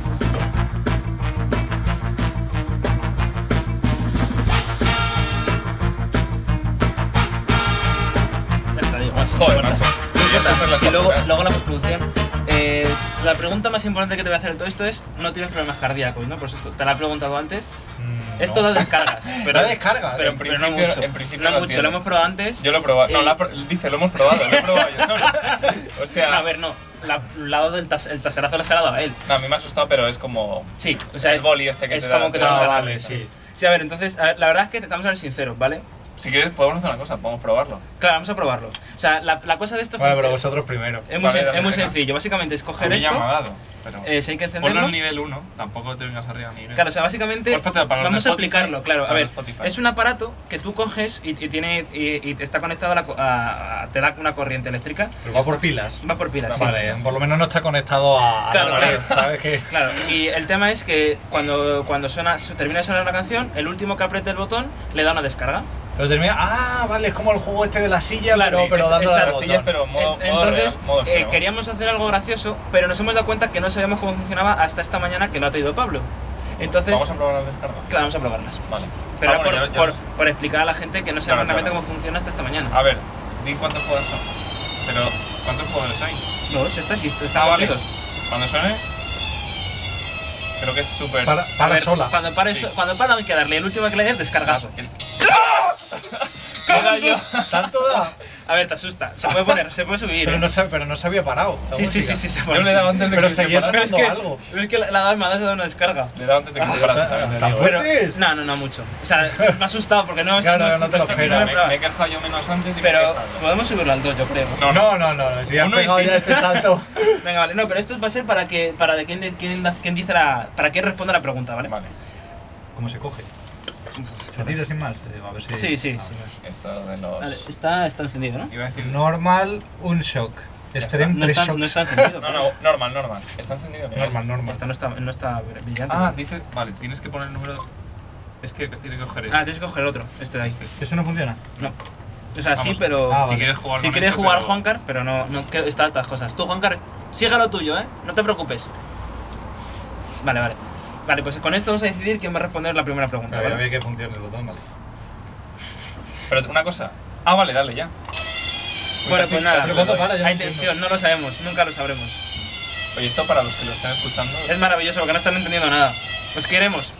Speaker 6: Ya está, digo, así,
Speaker 8: Joder,
Speaker 6: no importa.
Speaker 8: macho.
Speaker 6: No importa,
Speaker 8: Estas son las
Speaker 6: sí, luego,
Speaker 8: capturas.
Speaker 6: luego la postproducción. Eh, la pregunta más importante que te voy a hacer de todo esto es, no tienes problemas cardíacos, ¿no? Por eso te la he preguntado antes.
Speaker 7: Mm,
Speaker 6: Esto
Speaker 7: no.
Speaker 6: da descargas. Pero,
Speaker 7: Da descargas.
Speaker 6: Pero,
Speaker 8: En
Speaker 6: pero no
Speaker 8: principio-
Speaker 6: mucho.
Speaker 8: en principio
Speaker 6: no
Speaker 8: lo
Speaker 6: mucho,
Speaker 8: entiendo.
Speaker 6: lo hemos probado antes.
Speaker 8: Yo lo he probado. No,
Speaker 6: Eh,
Speaker 8: la pro- dice, lo hemos probado. Lo he probado yo solo. O sea,
Speaker 6: a ver, no. La, el lado del tas- el taserazo le se lo ha dado a él.
Speaker 8: no, a mí me ha asustado, pero es como.
Speaker 6: Sí, o sea,
Speaker 8: el
Speaker 6: es,
Speaker 8: boli este que
Speaker 6: es
Speaker 8: te
Speaker 6: como
Speaker 8: da-
Speaker 6: que
Speaker 8: te
Speaker 6: te
Speaker 8: da
Speaker 6: lo
Speaker 7: Ah,
Speaker 6: da.
Speaker 7: vale, sí.
Speaker 6: Sí, a ver, entonces, a ver, la verdad es que te vamos a ser sinceros, ¿vale?
Speaker 8: Si quieres, podemos hacer una cosa, podemos probarlo.
Speaker 6: Claro, vamos a probarlo. O sea, la, la cosa de esto
Speaker 7: Vale,
Speaker 6: fue-
Speaker 7: pero vosotros primero.
Speaker 6: es, muy,
Speaker 8: Vale,
Speaker 6: sen-
Speaker 8: dale,
Speaker 6: es muy
Speaker 8: venga.
Speaker 6: sencillo. Básicamente es
Speaker 8: A
Speaker 6: coger
Speaker 8: mí ya
Speaker 6: esto,
Speaker 8: me ha dado, pero.
Speaker 6: eh, si hay que
Speaker 8: Ponlo
Speaker 6: encenderlo.
Speaker 8: en nivel uno, tampoco te vengas arriba a nivel.
Speaker 6: Claro, o sea, básicamente
Speaker 8: Pues para los de
Speaker 6: vamos a
Speaker 8: Spotify,
Speaker 6: explicarlo, claro. A
Speaker 8: para
Speaker 6: ver,
Speaker 8: los Spotify.
Speaker 6: es un aparato que tú coges y, y tiene y, y está conectado a la co- a, a- te da una corriente eléctrica.
Speaker 7: Pero va por pilas.
Speaker 6: Va por pilas, sí.
Speaker 7: Vale, por lo menos no está conectado a, a
Speaker 6: Claro,
Speaker 7: la pared,
Speaker 6: claro.
Speaker 7: ¿sabes qué?
Speaker 6: Claro, y el tema es que cuando, cuando suena, su- termina de sonar la canción, el último que apriete el botón le da una descarga.
Speaker 7: Pero termina. Ah, vale, es como el juego este de la silla,
Speaker 6: Claro,
Speaker 7: pero,
Speaker 6: sí,
Speaker 7: pero
Speaker 6: es-
Speaker 7: dándole
Speaker 6: esa-
Speaker 7: al
Speaker 8: Las
Speaker 7: botón.
Speaker 8: sillas, pero modo,
Speaker 6: En-
Speaker 8: modo
Speaker 6: Entonces,
Speaker 8: real, modo
Speaker 6: eh,
Speaker 8: extremo.
Speaker 6: queríamos hacer algo gracioso, pero nos hemos dado cuenta que no sabíamos cómo funcionaba hasta esta mañana que lo ha traído Pablo. Entonces,
Speaker 8: Vamos a probar las descargas.
Speaker 6: claro, vamos a probarlas.
Speaker 8: Vale.
Speaker 6: Pero
Speaker 8: Ah,
Speaker 6: era por,
Speaker 8: bueno, ya- ya
Speaker 6: por-
Speaker 8: os-
Speaker 6: por explicar a la gente que no sabe
Speaker 8: Claro,
Speaker 6: realmente
Speaker 8: claro.
Speaker 6: cómo funciona hasta esta mañana.
Speaker 8: A ver, di cuántos jugadores son. Pero, ¿cuántos jugadores hay?
Speaker 6: Dos, estas sí, están
Speaker 8: Ah, vale.
Speaker 6: cogidos.
Speaker 8: Cuando suene. Creo que es súper.
Speaker 7: Para,
Speaker 6: A
Speaker 7: para
Speaker 6: ver,
Speaker 7: sola.
Speaker 6: Cuando pare,
Speaker 8: Sí.
Speaker 6: cuando para hay que darle el último que le dé descargazo.
Speaker 8: El- Era yo.
Speaker 7: ¿Tanto da?
Speaker 6: A ver, te asusta. Se puede poner, se puede subir.
Speaker 7: Pero
Speaker 6: ¿eh?
Speaker 7: no, se, pero no se había parado. la
Speaker 6: Sí, sí, sí,
Speaker 7: música.
Speaker 6: sí, se
Speaker 8: Yo
Speaker 6: puede.
Speaker 8: le he dado antes de
Speaker 7: Pero
Speaker 8: que se
Speaker 7: seguía
Speaker 8: parase.
Speaker 6: Pero es que,
Speaker 7: algo.
Speaker 6: pero es que la, la dama me ha dado una descarga.
Speaker 8: Le he dado antes de que se parase. también te
Speaker 7: ¿Tan
Speaker 8: digo.
Speaker 7: fuerte?
Speaker 6: Pero,
Speaker 7: ¿Puedes?
Speaker 6: no, no, no mucho. O sea, me ha asustado porque no
Speaker 7: Claro, no te lo
Speaker 6: pensaba-
Speaker 7: esperas.
Speaker 6: me
Speaker 8: Me,
Speaker 6: esperaba.
Speaker 8: me he quejado yo menos antes y me he
Speaker 6: Pero
Speaker 8: quejado.
Speaker 6: podemos subirlo al dos, yo creo.
Speaker 8: No,
Speaker 7: No, no, no, no, si has
Speaker 8: Uno y
Speaker 7: pegado ya
Speaker 8: cinco.
Speaker 7: ese salto.
Speaker 6: Venga, vale. No, pero esto va a ser para que para de quién, quién, quién dice la para quién responde la pregunta, ¿vale?
Speaker 8: Vale.
Speaker 7: ¿Cómo se coge? ¿Se tira sin más? Eh, A ver si...
Speaker 6: Sí, sí, sí.
Speaker 8: Esto de los.
Speaker 6: Vale, está, está encendido, ¿no?
Speaker 8: Iba a decir.
Speaker 7: Normal, un shock. Extreme,
Speaker 6: No
Speaker 7: tres
Speaker 6: está,
Speaker 7: shocks.
Speaker 6: no está encendido.
Speaker 8: No, no, normal, normal. Está encendido. Miguel.
Speaker 7: Normal, normal.
Speaker 6: Esta no está, no está brillante.
Speaker 8: Ah, dice. Vale, tienes que poner el número. Es que tiene que coger este.
Speaker 6: Ah, tienes que coger el otro, este de ahí.
Speaker 7: ¿Eso no funciona?
Speaker 6: No. O sea, sí,
Speaker 8: Vamos,
Speaker 6: pero.
Speaker 7: ah,
Speaker 8: Si
Speaker 7: vale.
Speaker 8: quieres jugar
Speaker 6: si
Speaker 8: con
Speaker 6: quieres
Speaker 8: ese,
Speaker 6: jugar
Speaker 8: pero-
Speaker 6: Juancar, pero no, no que está estas cosas. Tú, Juancar, sigue lo tuyo, ¿eh? No te preocupes. Vale, vale. Vale, pues con esto vamos a decidir quién va a responder la primera pregunta,
Speaker 7: Pero ya
Speaker 6: ¿vale?
Speaker 7: ve que funciona el botón, vale.
Speaker 8: Pero una cosa. Ah, vale, dale ya.
Speaker 6: Bueno,
Speaker 7: casi-
Speaker 6: pues nada,
Speaker 7: casi cuando para, ya
Speaker 6: hay
Speaker 7: no
Speaker 6: tensión, no lo sabemos, nunca lo sabremos.
Speaker 8: Oye, esto para los que lo estén escuchando.
Speaker 6: Es maravilloso porque no están entendiendo nada. Os queremos.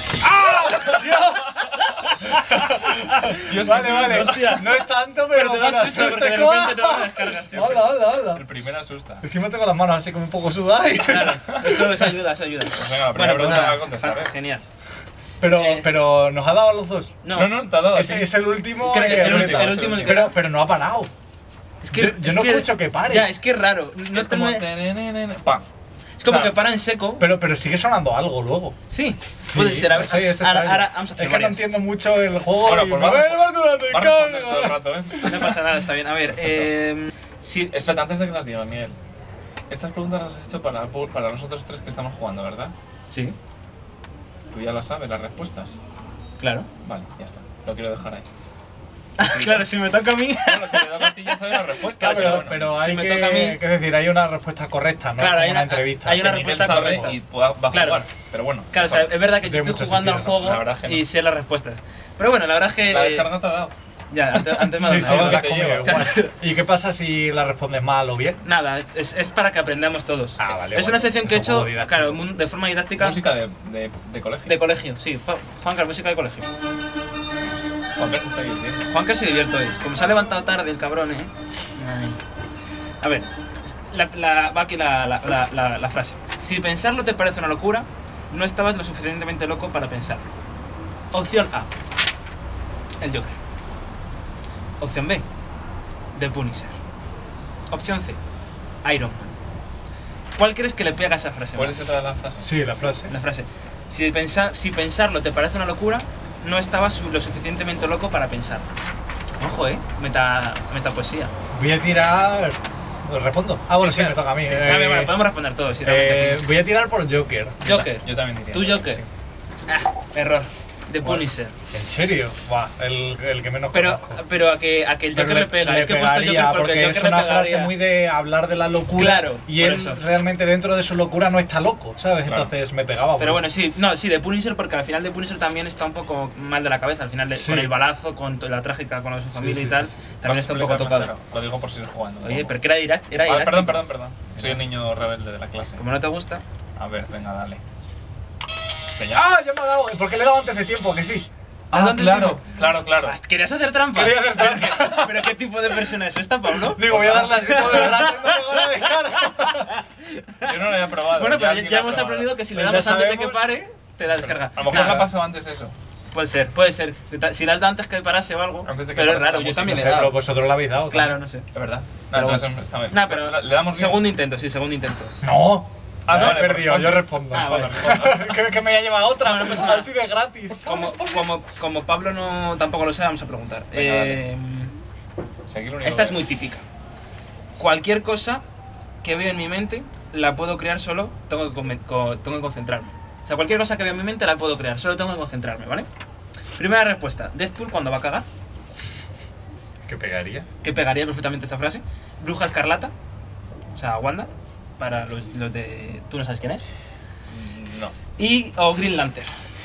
Speaker 8: Dios,
Speaker 7: Vale,
Speaker 8: que sí,
Speaker 7: vale.
Speaker 6: hostia.
Speaker 7: No es tanto, pero,
Speaker 6: te das
Speaker 7: para
Speaker 6: susto porque de
Speaker 7: asuste,
Speaker 6: repente te da una descarga así.
Speaker 7: Hola, hola,
Speaker 8: El
Speaker 7: hola.
Speaker 8: primer asusta.
Speaker 7: Encima tengo las manos así como un poco sudadas.
Speaker 6: Claro, eso, eso ayuda, eso ayuda.
Speaker 8: Pues venga, la primera
Speaker 6: Bueno, pues
Speaker 8: pregunta
Speaker 6: nada,
Speaker 8: la voy a contestar, ¿eh?
Speaker 6: genial.
Speaker 7: Pero,
Speaker 6: Eh.
Speaker 7: pero nos ha dado a los dos.
Speaker 6: No,
Speaker 8: No, no, te ha dado.
Speaker 7: Ese es el último.
Speaker 6: Creo que
Speaker 7: que
Speaker 6: es el
Speaker 7: aprieta.
Speaker 6: último, el último el que
Speaker 7: Pero, pero no ha parado.
Speaker 6: es
Speaker 7: yo- yo no escucho que pare.
Speaker 6: Ya, es que es raro. No
Speaker 8: Es
Speaker 6: te
Speaker 8: como.
Speaker 6: me-
Speaker 8: tenenenen, ¡Pam!
Speaker 6: es como
Speaker 8: o sea,
Speaker 6: que para en seco.
Speaker 7: Pero, pero sigue sonando algo luego.
Speaker 6: Sí, puede ser. A ver,
Speaker 7: sí, es
Speaker 6: ahora,
Speaker 7: extraño.
Speaker 6: ahora vamos a hacer
Speaker 7: Es que no
Speaker 6: varias.
Speaker 7: entiendo mucho el juego.
Speaker 8: Bueno,
Speaker 7: y
Speaker 8: pues
Speaker 7: me
Speaker 8: vamos-
Speaker 7: voy a llevar una
Speaker 8: Va a responder todo el
Speaker 7: descarga.
Speaker 8: rato, ¿eh?
Speaker 6: No pasa nada, está bien. A ver, eh, si,
Speaker 8: Espera, antes de que las digas, Miguel. Estas preguntas las has hecho para, para nosotros tres que estamos jugando, ¿verdad?
Speaker 6: Sí,
Speaker 8: Tú ya las sabes, las respuestas.
Speaker 6: claro.
Speaker 8: Vale, ya está. Lo quiero dejar ahí.
Speaker 6: Claro, si me toca a mí.
Speaker 8: Bueno, si le das a ti ya sabes la respuesta.
Speaker 7: Claro,
Speaker 8: pero
Speaker 7: pero,
Speaker 8: bueno.
Speaker 7: pero
Speaker 6: Si
Speaker 7: hay
Speaker 6: me
Speaker 7: que,
Speaker 6: toca a mí-
Speaker 7: que decir, hay una respuesta correcta, ¿no?
Speaker 6: Claro,
Speaker 7: Como
Speaker 6: hay una-
Speaker 7: entrevista.
Speaker 6: hay una
Speaker 8: Que Miguel
Speaker 6: respuesta
Speaker 8: sabe
Speaker 6: correcta.
Speaker 8: y pueda- va a
Speaker 6: Claro.
Speaker 8: jugar. Pero bueno.
Speaker 6: Claro, o sea,
Speaker 8: mejor.
Speaker 6: es verdad que
Speaker 7: De
Speaker 6: yo estoy
Speaker 7: mucho
Speaker 6: jugando al
Speaker 7: sentido,
Speaker 6: juego
Speaker 8: la verdad que no.
Speaker 6: y sé las respuestas. Pero bueno, la verdad es que.
Speaker 8: La
Speaker 6: eh,
Speaker 8: descarga te ha dado.
Speaker 6: Ya, antes, antes me ha
Speaker 7: Sí,
Speaker 6: dado
Speaker 7: sí,
Speaker 6: una.
Speaker 8: algo
Speaker 7: la
Speaker 8: que
Speaker 7: has
Speaker 8: te
Speaker 7: comido
Speaker 8: lleva.
Speaker 7: igual. ¿Y qué pasa si la respondes mal o bien?
Speaker 6: Nada, es, es para que aprendamos todos.
Speaker 7: Ah, vale,
Speaker 6: es
Speaker 7: bueno,
Speaker 6: una sección que he
Speaker 7: es un juego
Speaker 6: hecho,
Speaker 7: didáctico.
Speaker 6: claro, mun- de forma didáctica.
Speaker 8: Música de, de, de colegio.
Speaker 6: De colegio, sí. Pa- Juancar, música de colegio.
Speaker 8: Juan Carlos está bien, tío.
Speaker 6: Juancar se divierte hoy. Como se ha levantado tarde el cabrón, ¿eh? Ay. A ver, la, la- va aquí la, la- la- la- la frase. Si pensarlo te parece una locura, no estabas lo suficientemente loco para pensarlo. Opción A, el Joker. Opción B, The Punisher. Opción C, Iron Man. ¿Cuál crees que le pega a esa frase?
Speaker 8: ¿Puedes
Speaker 6: más?
Speaker 8: entrar a la frase?
Speaker 7: Sí, la frase.
Speaker 6: La frase. Si, pensa- si pensarlo te parece una locura, no estabas su- lo suficientemente loco para pensarlo. Ojo, eh. Meta, metapoesía.
Speaker 7: Voy a tirar. ¿Respondo? Ah, bueno, sí,
Speaker 6: claro.
Speaker 7: me toca a mí.
Speaker 6: Sí,
Speaker 7: eh,
Speaker 6: a ver, bueno, podemos responder todos. Si realmente
Speaker 7: eh,
Speaker 6: aquí-
Speaker 7: voy a tirar por Joker.
Speaker 6: Joker.
Speaker 8: Yo también diría.
Speaker 6: ¿Tú Joker?
Speaker 8: Sí.
Speaker 6: Ah, error. The
Speaker 7: Vale.
Speaker 6: Punisher.
Speaker 7: ¿En serio? Buah, el, el que menos
Speaker 6: Pero,
Speaker 7: conozco.
Speaker 6: pero a que, a que el
Speaker 7: Pero
Speaker 6: Joker le, pega. es que he puesto
Speaker 7: pegaría,
Speaker 6: Joker porque, el
Speaker 7: es
Speaker 6: Joker
Speaker 7: una
Speaker 6: le pegaría.
Speaker 7: frase muy de hablar de la locura.
Speaker 6: Claro,
Speaker 7: y
Speaker 6: por
Speaker 7: él
Speaker 6: eso.
Speaker 7: realmente dentro de su locura no está loco, ¿sabes?
Speaker 8: Claro.
Speaker 7: Entonces me pegaba. por
Speaker 6: Pero
Speaker 7: eso.
Speaker 6: bueno, sí, no, sí, The Punisher porque al final The Punisher también está un poco mal de la cabeza. Al final, de-
Speaker 7: Sí.
Speaker 6: con el balazo, con to- la trágica con lo de su familia
Speaker 7: sí,
Speaker 6: y
Speaker 7: sí,
Speaker 6: tal,
Speaker 7: sí, sí.
Speaker 6: también
Speaker 8: Vas
Speaker 6: está
Speaker 8: a
Speaker 6: un poco
Speaker 8: explicarme
Speaker 6: tocado.
Speaker 8: entero. Lo digo por si ir jugando.
Speaker 6: Oye, pero que era direct, era
Speaker 8: Ah,
Speaker 6: didáctico.
Speaker 8: perdón, perdón, perdón. Soy el niño rebelde de la clase.
Speaker 6: Como no te gusta.
Speaker 8: A ver, venga, dale. Este ya.
Speaker 7: ¡Ah! Ya me ha dado. ¿Por qué le he dado antes de tiempo? Que sí.
Speaker 6: ¿Has dado antes de
Speaker 8: claro,
Speaker 6: tiempo?
Speaker 8: claro, claro.
Speaker 6: Ah, ¿Querías hacer trampa?
Speaker 7: Quería hacer trampa.
Speaker 6: ¿Pero qué tipo de persona es esta, Pablo?
Speaker 7: Digo, voy a darle así todo el rato y me pego la descarga.
Speaker 8: Yo no lo había probado.
Speaker 6: Bueno, pero ya,
Speaker 8: alguien
Speaker 6: ya
Speaker 8: lo ha
Speaker 6: hemos
Speaker 8: probado.
Speaker 6: aprendido que si le
Speaker 7: Pues ya
Speaker 6: damos antes de que
Speaker 7: sabemos.
Speaker 6: pare, te da descarga.
Speaker 8: A lo mejor
Speaker 6: Nada,
Speaker 8: le ha pasado antes eso.
Speaker 6: Puede ser, puede ser. Si le has dado antes que parase o algo.
Speaker 8: Antes de que
Speaker 6: pero es
Speaker 8: parase
Speaker 6: raro,
Speaker 8: la
Speaker 6: yo
Speaker 8: música,
Speaker 6: también
Speaker 7: No
Speaker 6: le
Speaker 7: sé,
Speaker 6: he
Speaker 7: pero
Speaker 6: dado.
Speaker 7: vosotros lo habéis dado.
Speaker 6: Claro,
Speaker 7: también.
Speaker 6: no sé.
Speaker 8: Es verdad.
Speaker 6: Pero
Speaker 8: Nah, entonces
Speaker 6: bueno.
Speaker 8: está bien.
Speaker 6: Nah, pero
Speaker 8: le damos bien.
Speaker 6: segundo intento, sí, segundo intento.
Speaker 7: No.
Speaker 8: Ah,
Speaker 7: Ya
Speaker 8: vale,
Speaker 7: he perdido,
Speaker 8: responde.
Speaker 7: yo respondo.
Speaker 6: Ah,
Speaker 7: respondo.
Speaker 6: vale.
Speaker 7: que, que me haya llevado otra,
Speaker 6: Bueno, no pasa nada.
Speaker 7: así de gratis.
Speaker 6: Como, como, como Pablo no tampoco lo sabe, vamos a preguntar.
Speaker 8: Venga, dale.
Speaker 6: Eh,
Speaker 8: Si aquí lo único
Speaker 6: esta es
Speaker 8: que-
Speaker 6: muy típica. Cualquier cosa que veo en mi mente la puedo crear solo, tengo que, conven- co- tengo que concentrarme. O sea, cualquier cosa que veo en mi mente la puedo crear, solo tengo que concentrarme, ¿vale? Primera respuesta, Deadpool cuando va a cagar,
Speaker 7: ¿Qué pegaría?
Speaker 6: que pegaría perfectamente esta frase. Bruja Escarlata, o sea, Wanda, para los, los de... ¿Tú no sabes quién es?
Speaker 8: No.
Speaker 6: Y o Green Lantern.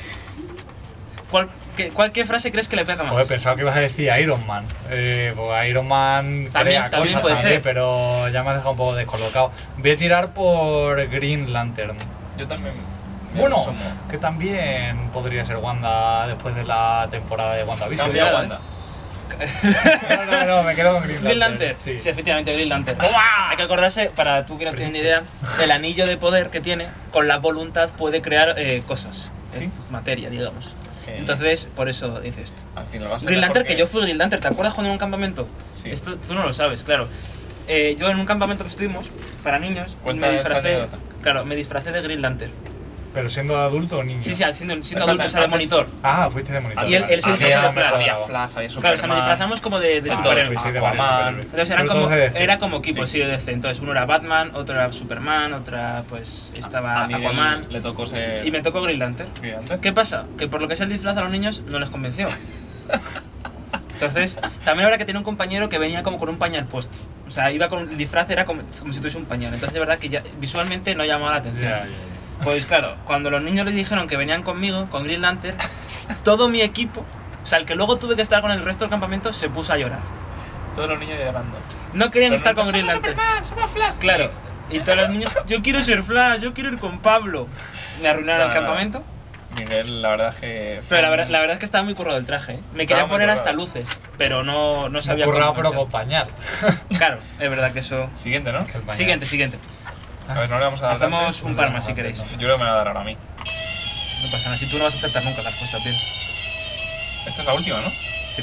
Speaker 6: ¿Cuál, qué, cuál- qué frase crees que le pega más?
Speaker 7: Joder, pensaba que ibas a decir Iron Man. Eh, porque Iron Man
Speaker 6: También-
Speaker 7: crea
Speaker 6: también
Speaker 7: cosas
Speaker 6: puede
Speaker 7: también,
Speaker 6: ser.
Speaker 7: pero ya me has dejado un poco descolocado. Voy a tirar por Green Lantern.
Speaker 8: Yo también. me
Speaker 7: Bueno,
Speaker 8: asomo.
Speaker 7: que también podría ser Wanda después de la temporada de WandaVision.
Speaker 8: Cambia
Speaker 6: Cambiada,
Speaker 8: Wanda.
Speaker 7: No, no, no, me quedo con Green Lantern.
Speaker 6: Green Lantern.
Speaker 7: Sí.
Speaker 6: Sí, efectivamente, Green Lantern. Hay que acordarse, para tú que no tienes ni idea, el anillo de poder que tiene, con la voluntad puede crear eh, cosas.
Speaker 8: ¿Sí?
Speaker 6: eh, materia, digamos.
Speaker 8: Eh,
Speaker 6: Entonces, por eso dice esto.
Speaker 8: Al final va a ser
Speaker 6: Green
Speaker 8: mejor
Speaker 6: Lantern, que yo fui Green Lantern, ¿te acuerdas cuando en un campamento?
Speaker 8: Sí.
Speaker 6: Esto tú no lo sabes, claro. Eh, yo en un campamento que estuvimos, para niños,
Speaker 8: Cuenta
Speaker 6: me
Speaker 8: esa
Speaker 6: disfracé,
Speaker 8: anécdota.
Speaker 6: claro, me disfracé de Green Lantern.
Speaker 7: Pero siendo adulto o niño.
Speaker 6: Sí, sí, siendo, siendo
Speaker 8: Espera,
Speaker 6: adulto, o sea, de
Speaker 8: antes-
Speaker 6: monitor.
Speaker 7: Ah, fuiste de monitor.
Speaker 6: Y él- él se
Speaker 7: Ah,
Speaker 6: disfrazó de
Speaker 7: había-
Speaker 6: Flash.
Speaker 8: Había
Speaker 7: había
Speaker 8: Flash, había Superman.
Speaker 6: Claro, o sea, nos disfrazamos como de, de
Speaker 7: Ah,
Speaker 6: superhéroes.
Speaker 7: sí, sí, de
Speaker 8: Aquaman.
Speaker 7: superhéroes.
Speaker 6: Entonces eran
Speaker 7: Pero
Speaker 6: como,
Speaker 7: todos de D C.
Speaker 6: era como equipo,
Speaker 8: Sí.
Speaker 6: sí, de D C. Entonces uno era Batman, otro era Superman, otra pues estaba
Speaker 8: A Miguel
Speaker 6: Aquaman.
Speaker 8: le tocó ser
Speaker 6: Y me tocó Green Lantern.
Speaker 8: Green Lantern.
Speaker 6: ¿Qué pasa? Que por lo que es el disfraz a los niños no les convenció. Entonces, también habrá que tener un compañero que venía como con un pañal puesto. O sea, iba con el disfraz, era como, como si tuviese un pañal. Entonces, de verdad que ya, visualmente no llamaba la atención.
Speaker 7: Ya, ya, ya.
Speaker 6: Pues claro, cuando los niños les dijeron que venían conmigo, con Green Lantern, todo mi equipo, o sea, el que luego tuve que estar con el resto del campamento, se puso a llorar.
Speaker 8: Todos los niños llorando.
Speaker 6: No querían
Speaker 8: Pero
Speaker 6: estar
Speaker 8: no
Speaker 6: con Green
Speaker 8: somos
Speaker 6: Lantern.
Speaker 8: Superman, somos Flash.
Speaker 6: Claro. Y todos los niños, yo quiero ser Flash, yo quiero ir con Pablo. Me arruinaron
Speaker 8: No,
Speaker 6: el
Speaker 8: no.
Speaker 6: campamento.
Speaker 8: Miguel, la verdad es que... fue
Speaker 6: Pero la
Speaker 8: un-
Speaker 6: verdad, la verdad es que estaba muy currado el traje. ¿eh? Me
Speaker 8: Estaba
Speaker 6: quería
Speaker 8: muy
Speaker 6: poner
Speaker 8: currado.
Speaker 6: hasta luces, pero no, no sabía
Speaker 7: Currado,
Speaker 6: cómo.
Speaker 7: pero
Speaker 6: enganchar.
Speaker 7: con pañal.
Speaker 6: Claro, es verdad que eso.
Speaker 8: Siguiente, ¿no?
Speaker 7: El pañal.
Speaker 6: Siguiente, siguiente.
Speaker 8: A ver, no le vamos a dar
Speaker 6: Hacemos
Speaker 8: antes.
Speaker 6: un par más si queréis.
Speaker 8: Yo creo que me va a dar ahora a mí.
Speaker 6: No pasa nada, si tú no vas a acertar nunca la respuesta bien.
Speaker 8: Esta es la última, ¿no?
Speaker 6: Sí.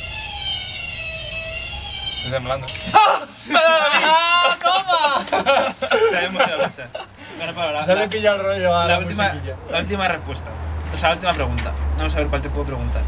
Speaker 8: Estoy temblando.
Speaker 6: Sabemos que va a pasar. Bueno, Pablo, la,
Speaker 7: Ya le
Speaker 6: la-
Speaker 7: he pillado el rollo a la,
Speaker 6: la última,
Speaker 7: musiquilla.
Speaker 6: la última respuesta. O sea, la última pregunta. Vamos a ver cuál te puedo preguntar.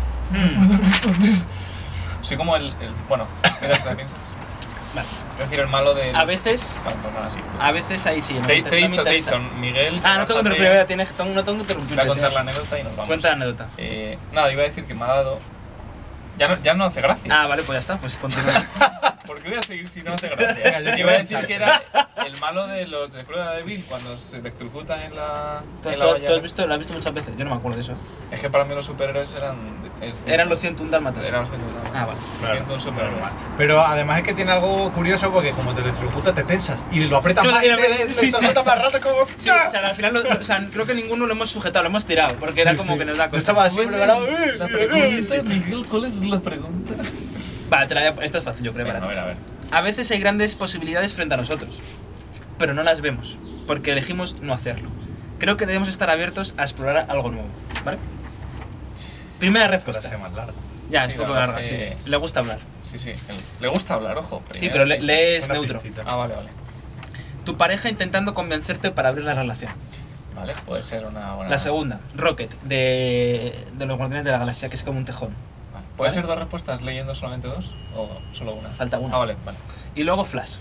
Speaker 8: Soy como el... el- bueno, ¿qué te piensas?
Speaker 6: Vale.
Speaker 8: Es decir, el malo de...
Speaker 6: A
Speaker 8: los-
Speaker 6: veces,
Speaker 8: Vale, pues nada, sí. tú.
Speaker 6: a veces ahí sí. no
Speaker 8: Te,
Speaker 6: me
Speaker 8: te he
Speaker 6: no me
Speaker 8: dicho, te he
Speaker 6: interesa.
Speaker 8: dicho, Miguel...
Speaker 6: Ah, no tengo que
Speaker 8: bájate,
Speaker 6: interrumpir, tienes, no tengo que interrumpir.
Speaker 8: Voy a contar la anécdota y nos vamos.
Speaker 6: Cuenta la anécdota.
Speaker 8: Eh, nada, iba a decir que me ha dado... Ya no, ya no hace gracia.
Speaker 6: Ah, vale, pues ya está, pues continúa.
Speaker 8: ¿Por qué voy a seguir si no hace gracia?
Speaker 7: Venga, yo
Speaker 8: Iba
Speaker 7: quiero
Speaker 8: a decir
Speaker 7: echar.
Speaker 8: que era el malo de los de Cruella de Vil cuando se electrocuta en la...
Speaker 6: ¿Tú,
Speaker 8: en la
Speaker 6: tú-
Speaker 8: valla.
Speaker 6: tú has visto, lo has visto muchas veces? Yo no me acuerdo de eso.
Speaker 8: Es que para mí los superhéroes eran... es-
Speaker 6: Eran los ciento un dálmatas.
Speaker 8: Eran los ciento uno.
Speaker 6: Ah, vale.
Speaker 7: Claro,
Speaker 8: ciento uno superhéroes.
Speaker 7: normal. Pero además es que tiene algo curioso porque como te electrocuta te tensas y lo aprietas
Speaker 6: Tú-
Speaker 7: más y
Speaker 6: y lo
Speaker 7: te,
Speaker 6: aprietas-
Speaker 7: te,
Speaker 6: sí,
Speaker 7: te
Speaker 6: sí.
Speaker 7: apretas más rato como...
Speaker 6: Sí, o sea, al final, lo- lo- o sea, creo que ninguno lo hemos sujetado, lo hemos tirado, porque era
Speaker 7: Sí,
Speaker 6: como
Speaker 7: sí.
Speaker 6: que nos da
Speaker 7: Yo
Speaker 6: cosa.
Speaker 7: estaba así preparado.
Speaker 8: La
Speaker 7: Sí,
Speaker 8: pregunta,
Speaker 7: sí, sí.
Speaker 8: Miguel, ¿cuál es la pregunta?
Speaker 6: Vale, te la voy a- esto es fácil, yo creo.
Speaker 8: Venga,
Speaker 6: para
Speaker 8: a
Speaker 6: ti.
Speaker 8: ver, a ver.
Speaker 6: A veces hay grandes posibilidades frente a nosotros, pero no las vemos, porque elegimos no hacerlo. Creo que debemos estar abiertos a explorar algo nuevo, ¿vale? Primera respuesta.
Speaker 7: Frase más larga.
Speaker 6: Ya,
Speaker 8: Sí,
Speaker 6: es poco
Speaker 8: la verdad
Speaker 6: larga, sí.
Speaker 8: que-
Speaker 6: Le gusta hablar.
Speaker 8: Sí, sí. el- Le gusta hablar, ojo.
Speaker 6: Sí,
Speaker 8: primera
Speaker 6: pero le-
Speaker 8: pista.
Speaker 6: lees
Speaker 7: Una
Speaker 6: neutro.
Speaker 7: pistita.
Speaker 8: Ah, vale, vale.
Speaker 6: Tu pareja intentando convencerte para abrir la relación.
Speaker 8: Vale, puede ser una buena...
Speaker 6: La segunda, Rocket, de, de los Guardianes de la Galaxia, que es como un tejón.
Speaker 8: Vale. ¿Puede
Speaker 6: ¿Vale?
Speaker 8: ser dos respuestas leyendo solamente dos? ¿O solo una?
Speaker 6: Falta una.
Speaker 8: Ah, vale, vale.
Speaker 6: Y luego Flash.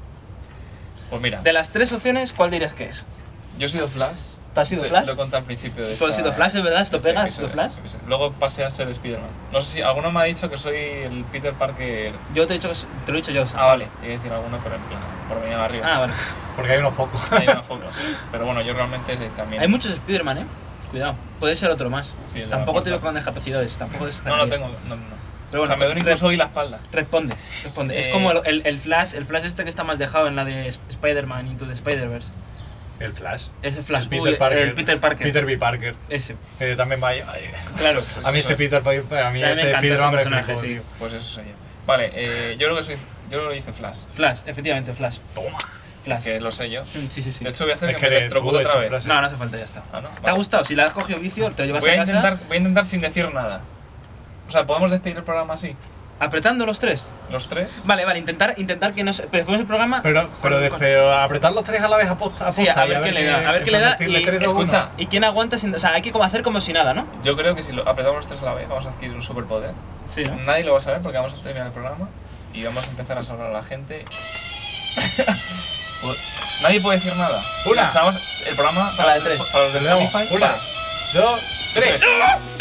Speaker 8: Pues mira,
Speaker 6: De las tres opciones, ¿cuál dirías que es?
Speaker 8: yo he sido Flash.
Speaker 6: ¿Tú has sido
Speaker 8: Lo-
Speaker 6: Flash?
Speaker 8: Lo he contado al principio de
Speaker 6: ¿Tú has
Speaker 8: esta-
Speaker 6: sido Flash, es verdad? ¿Esto
Speaker 8: de este
Speaker 6: pega? ¿Has sido
Speaker 8: episodio.
Speaker 6: Flash?
Speaker 8: Sí, sí. Luego pasé a ser Spider-Man. No sé si alguno me ha dicho que soy el Peter Parker...
Speaker 6: Yo te he dicho que te lo he dicho yo.
Speaker 8: Ah, vale. Te iba a decir alguno, pero en plan, por venir arriba.
Speaker 6: Ah, vale.
Speaker 7: Porque hay unos pocos.
Speaker 8: Hay unos pocos. Pero bueno, yo realmente también...
Speaker 6: Hay muchos Spider-Man, ¿eh? Cuidado. Puede ser otro más.
Speaker 8: Sí, el de
Speaker 6: Tampoco
Speaker 8: la
Speaker 6: te veo
Speaker 8: puerta.
Speaker 6: con discapacidades. Tampoco es
Speaker 8: No, no tengo... No, no.
Speaker 6: Pero
Speaker 8: o sea,
Speaker 6: bueno,
Speaker 8: me duele
Speaker 6: re-
Speaker 8: incluso hoy la espalda.
Speaker 6: Responde, responde. Es
Speaker 8: Eh,
Speaker 6: como el, el, el Flash, el Flash este que está más dejado en la de Sp- Spider-Man Into the Spider-Verse.
Speaker 7: El Flash.
Speaker 6: Ese Flash,
Speaker 7: El Peter
Speaker 6: uy,
Speaker 7: Parker.
Speaker 6: el Peter Parker.
Speaker 7: Peter B. Parker.
Speaker 6: Ese.
Speaker 7: Eh, también va ahí. ay,
Speaker 6: Claro.
Speaker 7: A mí ese Peter Parker, a mí
Speaker 6: A mí me
Speaker 7: ese
Speaker 6: encanta
Speaker 7: Peter
Speaker 6: ese
Speaker 7: Parker me
Speaker 6: personaje,
Speaker 7: flipó,
Speaker 6: sí.
Speaker 7: tío.
Speaker 8: Pues eso soy yo. Vale, eh, yo creo que soy... Yo creo que hice Flash.
Speaker 6: Flash, efectivamente, Flash.
Speaker 7: Toma.
Speaker 6: Flash.
Speaker 8: Que lo sé yo.
Speaker 6: Mm, Sí, sí, sí.
Speaker 8: De hecho, voy a hacer
Speaker 7: Es
Speaker 8: que,
Speaker 7: que
Speaker 8: me
Speaker 7: eres tú,
Speaker 8: electrocute
Speaker 7: de
Speaker 8: otra
Speaker 7: tu
Speaker 8: vez.
Speaker 7: frase.
Speaker 6: No, no hace falta, ya está.
Speaker 8: Ah, ¿no?
Speaker 6: ¿Te ha
Speaker 8: Vale.
Speaker 6: gustado? Si la has cogido vicio, te lo llevas
Speaker 8: Voy
Speaker 6: a
Speaker 8: a,
Speaker 6: casa
Speaker 8: intentar, voy a intentar sin decir nada. O sea, ¿podemos despedir el programa así?
Speaker 6: apretando los tres.
Speaker 8: ¿Los tres?
Speaker 6: Vale, vale, intentar, intentar que no se... Pero después el programa...
Speaker 7: Pero, pero,
Speaker 6: con-
Speaker 7: de-
Speaker 6: con-
Speaker 7: pero apretar los tres a la vez aposta.
Speaker 6: Sí, a ver qué le da, a ver qué le da y
Speaker 8: escucha.
Speaker 6: ¿Y quién aguanta sin...? O sea, hay que como hacer como si nada, ¿no?
Speaker 8: Yo creo que si lo apretamos los tres a la vez vamos a adquirir un superpoder.
Speaker 6: Sí, ¿no?
Speaker 8: Nadie lo va a saber porque vamos a terminar el programa y vamos a empezar a salvar a la gente. Pues, nadie puede decir nada.
Speaker 7: Una.
Speaker 8: Empezamos el programa
Speaker 6: A la de
Speaker 8: los de-
Speaker 6: tres.
Speaker 8: para los de
Speaker 7: Luego,
Speaker 8: Spotify.
Speaker 7: una,
Speaker 8: Vale.
Speaker 7: dos, tres.
Speaker 8: Tres.